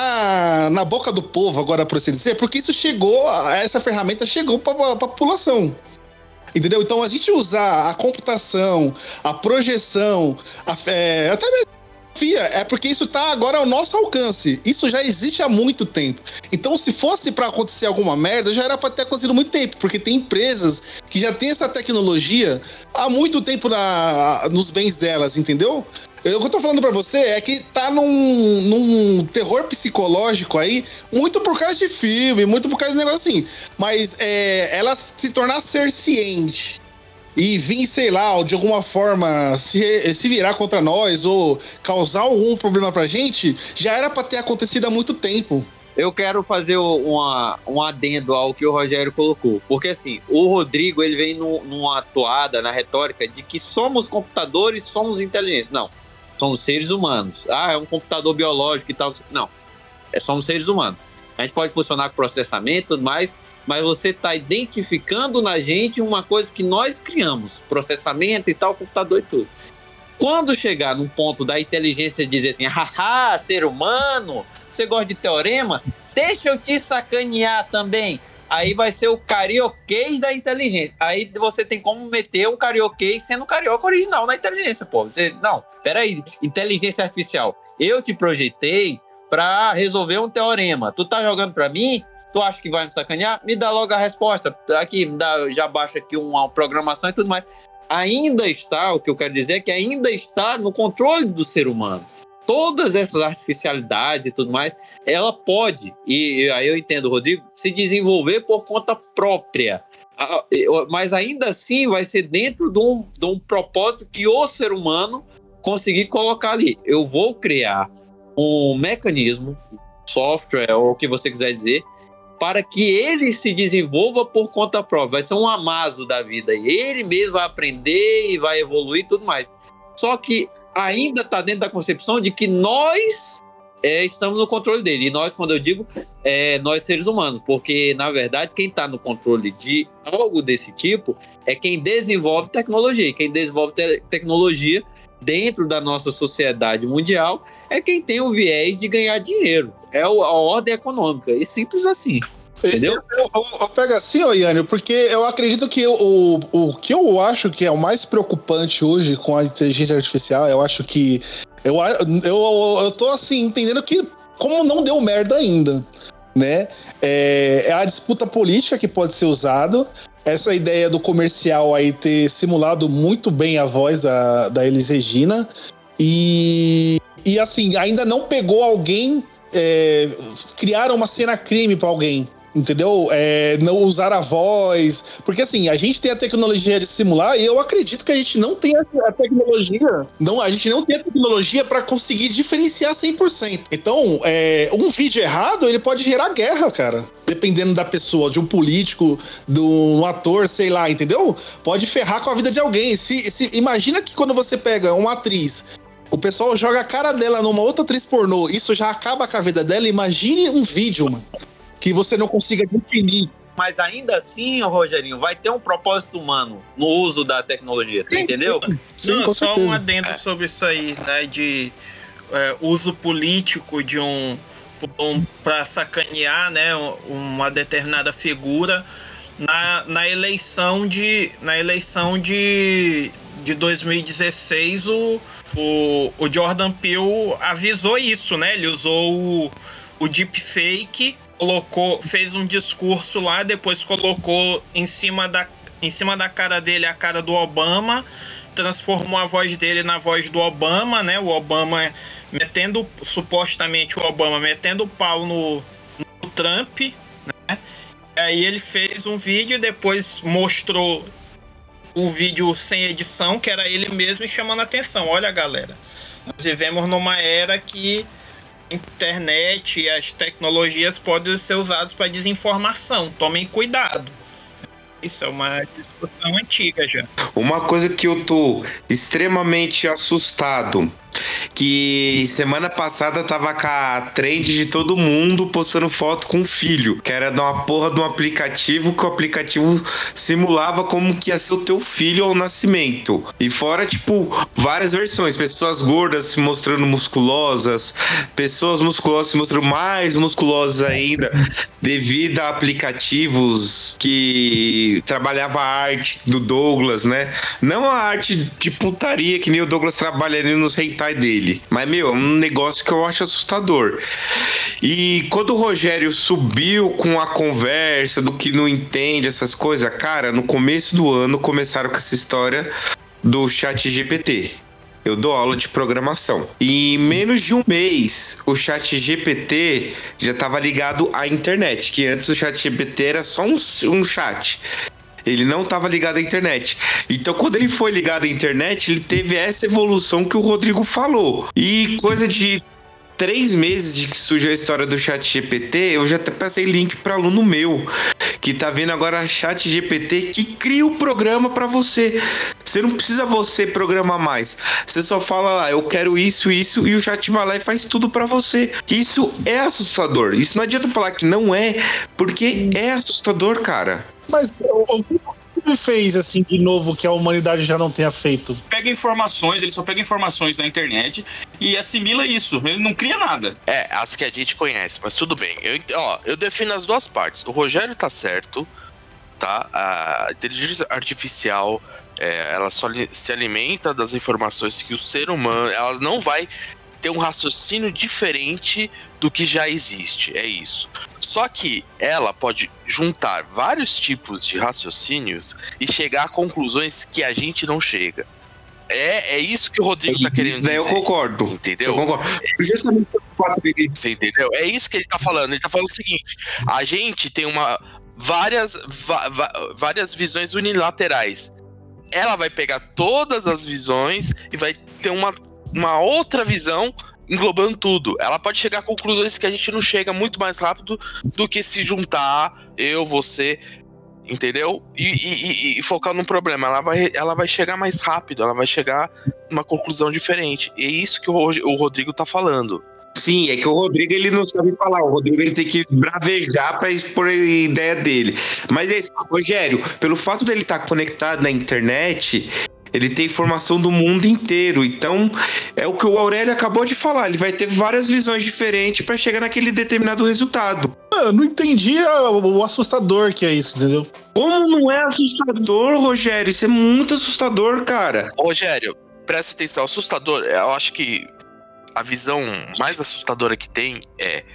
S16: na, na boca do povo agora, por assim dizer, porque isso chegou, essa ferramenta chegou para a população. Entendeu? Então a gente usar a computação, a projeção, a, é, até mesmo a fotografia, é porque isso está agora ao nosso alcance. Isso já existe há muito tempo. Então, se fosse para acontecer alguma merda, já era para ter acontecido há muito tempo, porque tem empresas que já têm essa tecnologia há muito tempo na, nos bens delas, entendeu? O que eu tô falando pra você é que tá num, num terror psicológico aí, muito por causa de filme, muito por causa de negócio assim. Mas é, ela se tornar ser ciente e vir, sei lá, de alguma forma se, se virar contra nós ou causar algum problema pra gente, já era pra ter acontecido há muito tempo.
S17: Eu quero fazer uma, um adendo ao que o Rogério colocou. Porque, assim, o Rodrigo, ele vem no, numa toada, na retórica, de que somos computadores, somos inteligentes. Não. Somos seres humanos. Ah, é um computador biológico e tal. Não. É, somos seres humanos. A gente pode funcionar com processamento e tudo mais, mas você está identificando na gente uma coisa que nós criamos. Processamento e tal, computador e tudo. Quando chegar num ponto da inteligência dizer assim, haha, ser humano, você gosta de teorema? Deixa eu te sacanear também. Aí vai ser o carioquês da inteligência. Aí você tem como meter um carioquês sendo carioca original na inteligência, pô. Você, não, peraí, inteligência artificial. Eu te projetei pra resolver um teorema. Tu tá jogando pra mim? Tu acha que vai me sacanear? Me dá logo a resposta. Aqui, me dá, já baixa aqui uma programação e tudo mais. Ainda está, o que eu quero dizer é que ainda está no controle do ser humano. Todas essas artificialidades e tudo mais, ela pode, e aí eu entendo, Rodrigo, se desenvolver por conta própria. Mas ainda assim vai ser dentro de um, de um propósito que o ser humano conseguir colocar ali. Eu vou criar um mecanismo, software, ou o que você quiser dizer, para que ele se desenvolva por conta própria. Vai ser um amasso da vida. Ele mesmo vai aprender e vai evoluir e tudo mais. Só que ainda está dentro da concepção de que nós é, estamos no controle dele. E nós, quando eu digo, é, nós seres humanos. Porque, na verdade, quem está no controle de algo desse tipo é quem desenvolve tecnologia. E quem desenvolve te- tecnologia dentro da nossa sociedade mundial é quem tem o viés de ganhar dinheiro. É o, a ordem econômica. E simples assim. Entendeu?
S16: Eu, eu, eu, eu pego assim, ô Iânio, porque eu acredito que o, o, o que eu acho que é o mais preocupante hoje com a inteligência artificial, eu acho que eu, eu, eu tô assim, entendendo que como não deu merda ainda, né? É, é a disputa política que pode ser usada, essa ideia do comercial aí ter simulado muito bem a voz da, da Elis Regina e, e assim, ainda não pegou alguém, é, criaram uma cena crime pra alguém. Entendeu? É, não usar a voz. Porque assim, a gente tem a tecnologia de simular e eu acredito que a gente não tem a tecnologia. Não, a gente não tem a tecnologia para conseguir diferenciar cem por cento. Então, é, um vídeo errado, ele pode gerar guerra, cara. Dependendo da pessoa, de um político, de um ator, sei lá, entendeu? Pode ferrar com a vida de alguém. Se, se, imagina que quando você pega uma atriz, o pessoal joga a cara dela numa outra atriz pornô, isso já acaba com a vida dela. Imagine um vídeo, mano, que você não consiga definir.
S17: Mas ainda assim, Rogerinho, vai ter um propósito humano no uso da tecnologia, sim, entendeu?
S15: Sim, sim, não, com só certeza. Um adendo é. sobre isso aí, né, de é, uso político de um, um para sacanear, né, uma determinada figura na, na eleição de na eleição de, de dois mil e dezesseis, o, o, o Jordan Peele avisou isso, né? Ele usou o, o deepfake colocou, fez um discurso lá, depois colocou em cima da, em cima da cara dele a cara do Obama, transformou a voz dele na voz do Obama, né? O Obama metendo, supostamente o Obama metendo o pau no, no Trump, né? Aí ele fez um vídeo e depois mostrou o vídeo sem edição, que era ele mesmo e chamando a atenção. Olha, galera, nós vivemos numa era que a internet e as tecnologias podem ser usadas para desinformação. Tomem cuidado. Isso é uma discussão antiga já.
S12: Uma coisa que eu tô extremamente assustado, que semana passada tava com a trend de todo mundo postando foto com o filho, que era de uma porra de um aplicativo, que o aplicativo simulava como que ia ser o teu filho ao nascimento. E fora, tipo, várias versões, pessoas gordas se mostrando musculosas, pessoas musculosas se mostrando mais musculosas ainda, devido a aplicativos que trabalhava a arte do Douglas, né? Não a arte de putaria que nem o Douglas trabalha ali nos hentai dele. Mas, meu, é um negócio que eu acho assustador. E quando o Rogério subiu com a conversa do que não entende essas coisas, cara, no começo do ano começaram com essa história do chat G P T. Eu dou aula de programação. E em menos de um mês, o chat G P T já estava ligado à internet, que antes o chat G P T era só um, um chat. Ele não estava ligado à internet. Então, quando ele foi ligado à internet, ele teve essa evolução que o Rodrigo falou. E coisa de três meses de que surgiu a história do chat G P T, eu já até passei link para aluno meu, que tá vendo agora chat G P T, que cria o programa para você. Você não precisa você programar mais. Você só fala lá, eu quero isso, isso, e o chat vai lá e faz tudo para você. Isso é assustador. Isso não adianta falar que não é, porque é assustador, cara.
S16: Mas o que ele fez, assim, de novo, que a humanidade já não tenha feito?
S19: Pega informações, ele só pega informações na internet e assimila isso. Ele não cria nada.
S11: É, as que a gente conhece, mas tudo bem. Eu, ó, eu defino as duas partes. O Rogério tá certo, tá? A inteligência artificial, é, ela só se alimenta das informações que o ser humano, ela não vai ter um raciocínio diferente do que já existe, é isso. Só que ela pode juntar vários tipos de raciocínios e chegar a conclusões que a gente não chega. É, é isso que o Rodrigo tá querendo dizer.
S12: Eu concordo.
S11: Entendeu?
S12: Eu concordo. Justamente
S11: Você entendeu? É isso que ele tá falando. Ele tá falando o seguinte: a gente tem uma várias, va, va, várias visões unilaterais. Ela vai pegar todas as visões e vai ter uma, uma outra visão englobando tudo. Ela pode chegar a conclusões que a gente não chega muito mais rápido do que se juntar, eu, você, entendeu? E, e, e focar num problema. Ela vai, ela vai chegar mais rápido, ela vai chegar numa conclusão diferente. E é isso que o, o Rodrigo tá falando.
S12: Sim, é que o Rodrigo ele não sabe falar. O Rodrigo ele tem que bravejar para expor a ideia dele. Mas é isso, Rogério, pelo fato dele estar conectado na internet, ele tem informação do mundo inteiro. Então, é o que o Aurélio acabou de falar. Ele vai ter várias visões diferentes para chegar naquele determinado resultado.
S16: Eu não entendi o assustador que é isso, entendeu?
S12: Como não é assustador, Rogério? Isso é muito assustador, cara.
S11: Rogério, presta atenção. Assustador, eu acho que a visão mais assustadora que tem é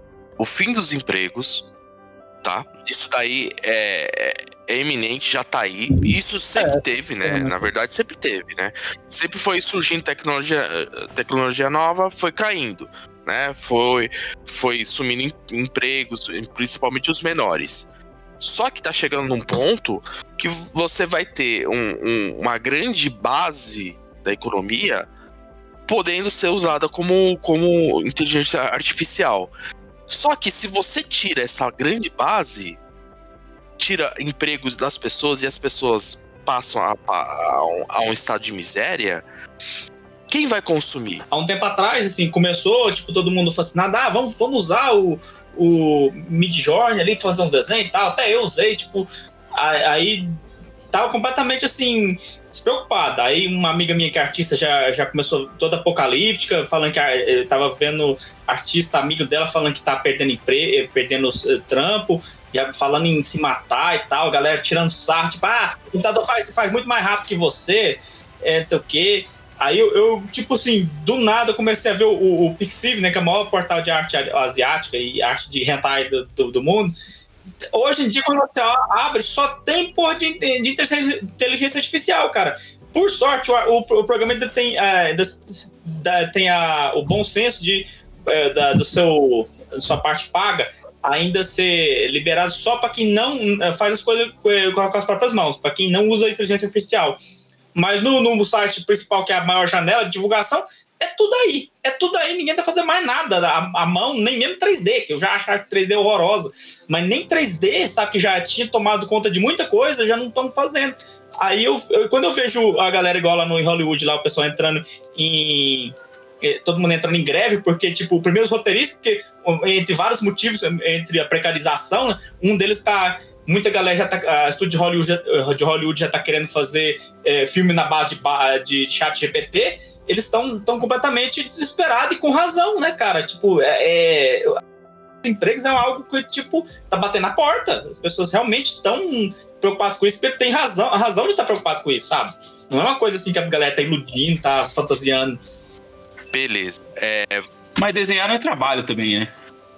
S11: o fim dos empregos, tá? Isso daí é, é eminente, já tá aí. Isso sempre é, teve, né? Na verdade, sempre teve, né? Sempre foi surgindo tecnologia, tecnologia nova, foi caindo, né? Foi, foi sumindo empregos, principalmente os menores. Só que tá chegando num ponto que você vai ter um, um, uma grande base da economia podendo ser usada como, como inteligência artificial. Só que se você tira essa grande base, tira empregos das pessoas e as pessoas passam a, a, a, um, a um estado de miséria, quem vai consumir?
S7: Há um tempo atrás, assim, começou, tipo, todo mundo fascinado, ah, vamos, vamos usar o, o Midjourney ali pra fazer uns desenhos e tal, até eu usei, tipo, aí tava completamente, assim, despreocupada. Aí uma amiga minha que é artista já, já começou toda apocalíptica, falando que eu tava vendo artista amigo dela falando que tá perdendo emprego, perdendo uh, trampo, já falando em se matar e tal, galera tirando sarro, tipo, ah, o computador faz, faz muito mais rápido que você, é, não sei o quê. Aí eu, eu, tipo assim, do nada eu comecei a ver o, o, o Pixiv, né, que é o maior portal de arte asiática e arte de hentai do, do, do mundo. Hoje em dia, quando você abre, só tem porra de, de inteligência artificial, cara. Por sorte, o, o, o programa ainda tem, é, da, da, tem a, o bom senso de, é, da, do seu, da sua parte paga ainda ser liberado só para quem não faz as coisas com, com as próprias mãos, para quem não usa a inteligência artificial. Mas no, no site principal, que é a maior janela de divulgação, é tudo aí. É tudo aí, ninguém tá fazendo mais nada. A, a mão, nem mesmo três D, que eu já acho a três D horrorosa. Mas nem três D, sabe, que já tinha tomado conta de muita coisa, já não estão fazendo. Aí, eu, eu, quando eu vejo a galera igual lá no em Hollywood, lá o pessoal entrando em... todo mundo entrando em greve, porque, tipo, primeiro os roteiristas, porque entre vários motivos, entre a precarização, né, um deles tá... Muita galera já tá... A estúdio de Hollywood já, de Hollywood já tá querendo fazer é, filme na base de, de chat G P T. Eles estão tão completamente desesperados e com razão, né, cara? Tipo, é... é os empregos é algo que, tipo, tá batendo na porta. As pessoas realmente estão preocupadas com isso, porque tem razão, a razão de estar preocupado com isso, sabe? Não é uma coisa assim que a galera tá iludindo, tá fantasiando.
S11: Beleza. É...
S19: Mas desenhar não é trabalho também, né?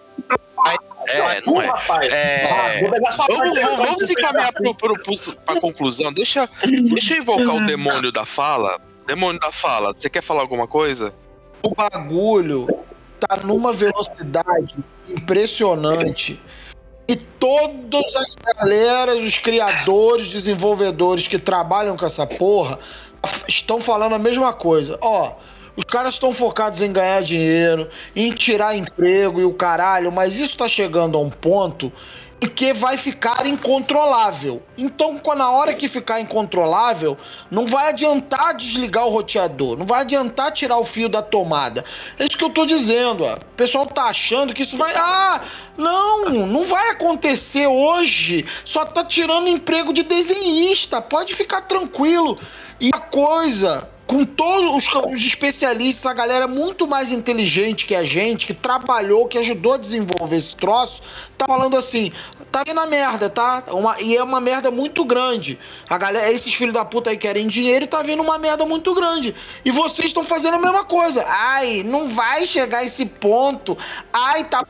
S11: É, não é. é... Vamos, vamos, vamos se caminhar pro, pro, pro, pra conclusão. Deixa, deixa eu invocar o demônio da fala. Demônio da fala, você quer falar alguma coisa?
S10: O bagulho tá numa velocidade impressionante. E todas as galeras, os criadores, desenvolvedores que trabalham com essa porra estão falando a mesma coisa. Ó, os caras estão focados em ganhar dinheiro, em tirar emprego e o caralho, mas isso tá chegando a um ponto em que vai ficar incontrolável. Então, na hora que ficar incontrolável, não vai adiantar desligar o roteador, não vai adiantar tirar o fio da tomada. É isso que eu tô dizendo, ó. O pessoal tá achando que isso vai... Ah, não, não vai acontecer hoje. Só tá tirando emprego de desenhista, pode ficar tranquilo. E a coisa... Com todos os, os especialistas, a galera muito mais inteligente que a gente, que trabalhou, que ajudou a desenvolver esse troço, tá falando assim, tá indo na merda, tá? Uma, e é uma merda muito grande. A galera, esses filhos da puta aí querem dinheiro e tá vindo uma merda muito grande. E vocês estão fazendo a mesma coisa. Ai, não vai chegar a esse ponto. Ai, tá...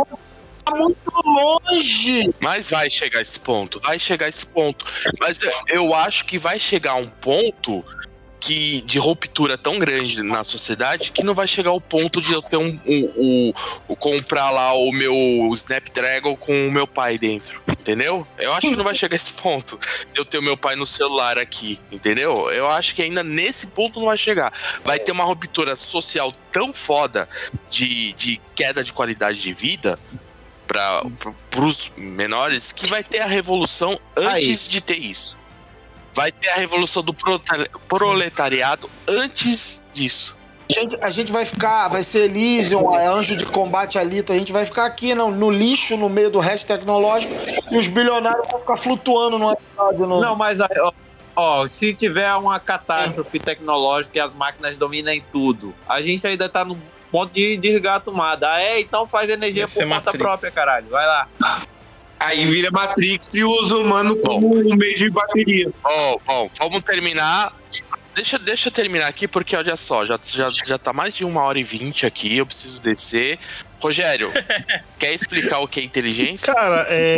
S10: Tá muito longe.
S11: Mas vai chegar a esse ponto, vai chegar a esse ponto. Mas eu, eu acho que vai chegar a um ponto... Que, de ruptura tão grande na sociedade que não vai chegar ao ponto de eu ter um, um, um, um comprar lá o meu Snapdragon com o meu pai dentro, entendeu? Eu acho que não vai chegar a esse ponto de eu ter o meu pai no celular aqui, entendeu? Eu acho que ainda nesse ponto não vai chegar. Vai ter uma ruptura social tão foda de, de queda de qualidade de vida para os menores que vai ter a revolução antes Aí. de ter isso. Vai ter a revolução do proletariado antes disso.
S10: A gente, a gente vai ficar, vai ser Elysium, anjo de combate Alita, a gente vai ficar aqui no, no lixo, no meio do resto tecnológico, e os bilionários vão ficar flutuando no estádio. No...
S17: Não, mas ó, ó, se tiver uma catástrofe tecnológica e as máquinas dominam tudo, a gente ainda tá no ponto de desligar a tomada. Ah, é? Então faz energia por conta própria, caralho. Vai lá.
S12: Aí vira Matrix e usa o humano como um meio de bateria.
S11: Bom, bom, vamos terminar. Deixa, deixa eu terminar aqui, porque olha só, já, já, já tá mais de uma hora e vinte aqui, eu preciso descer. Rogério, quer explicar o que é inteligência?
S16: Cara, é...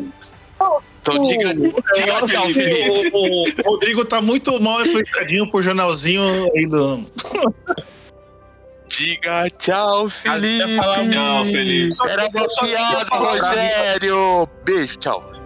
S11: Então diga, diga tchau, Felipe.
S16: O, o Rodrigo tá muito mal explicadinho pro jornalzinho aí do...
S11: Diga tchau, Felipe.
S19: Tchau, Felipe.
S11: Era uma piada, Rogério. Beijo, tchau.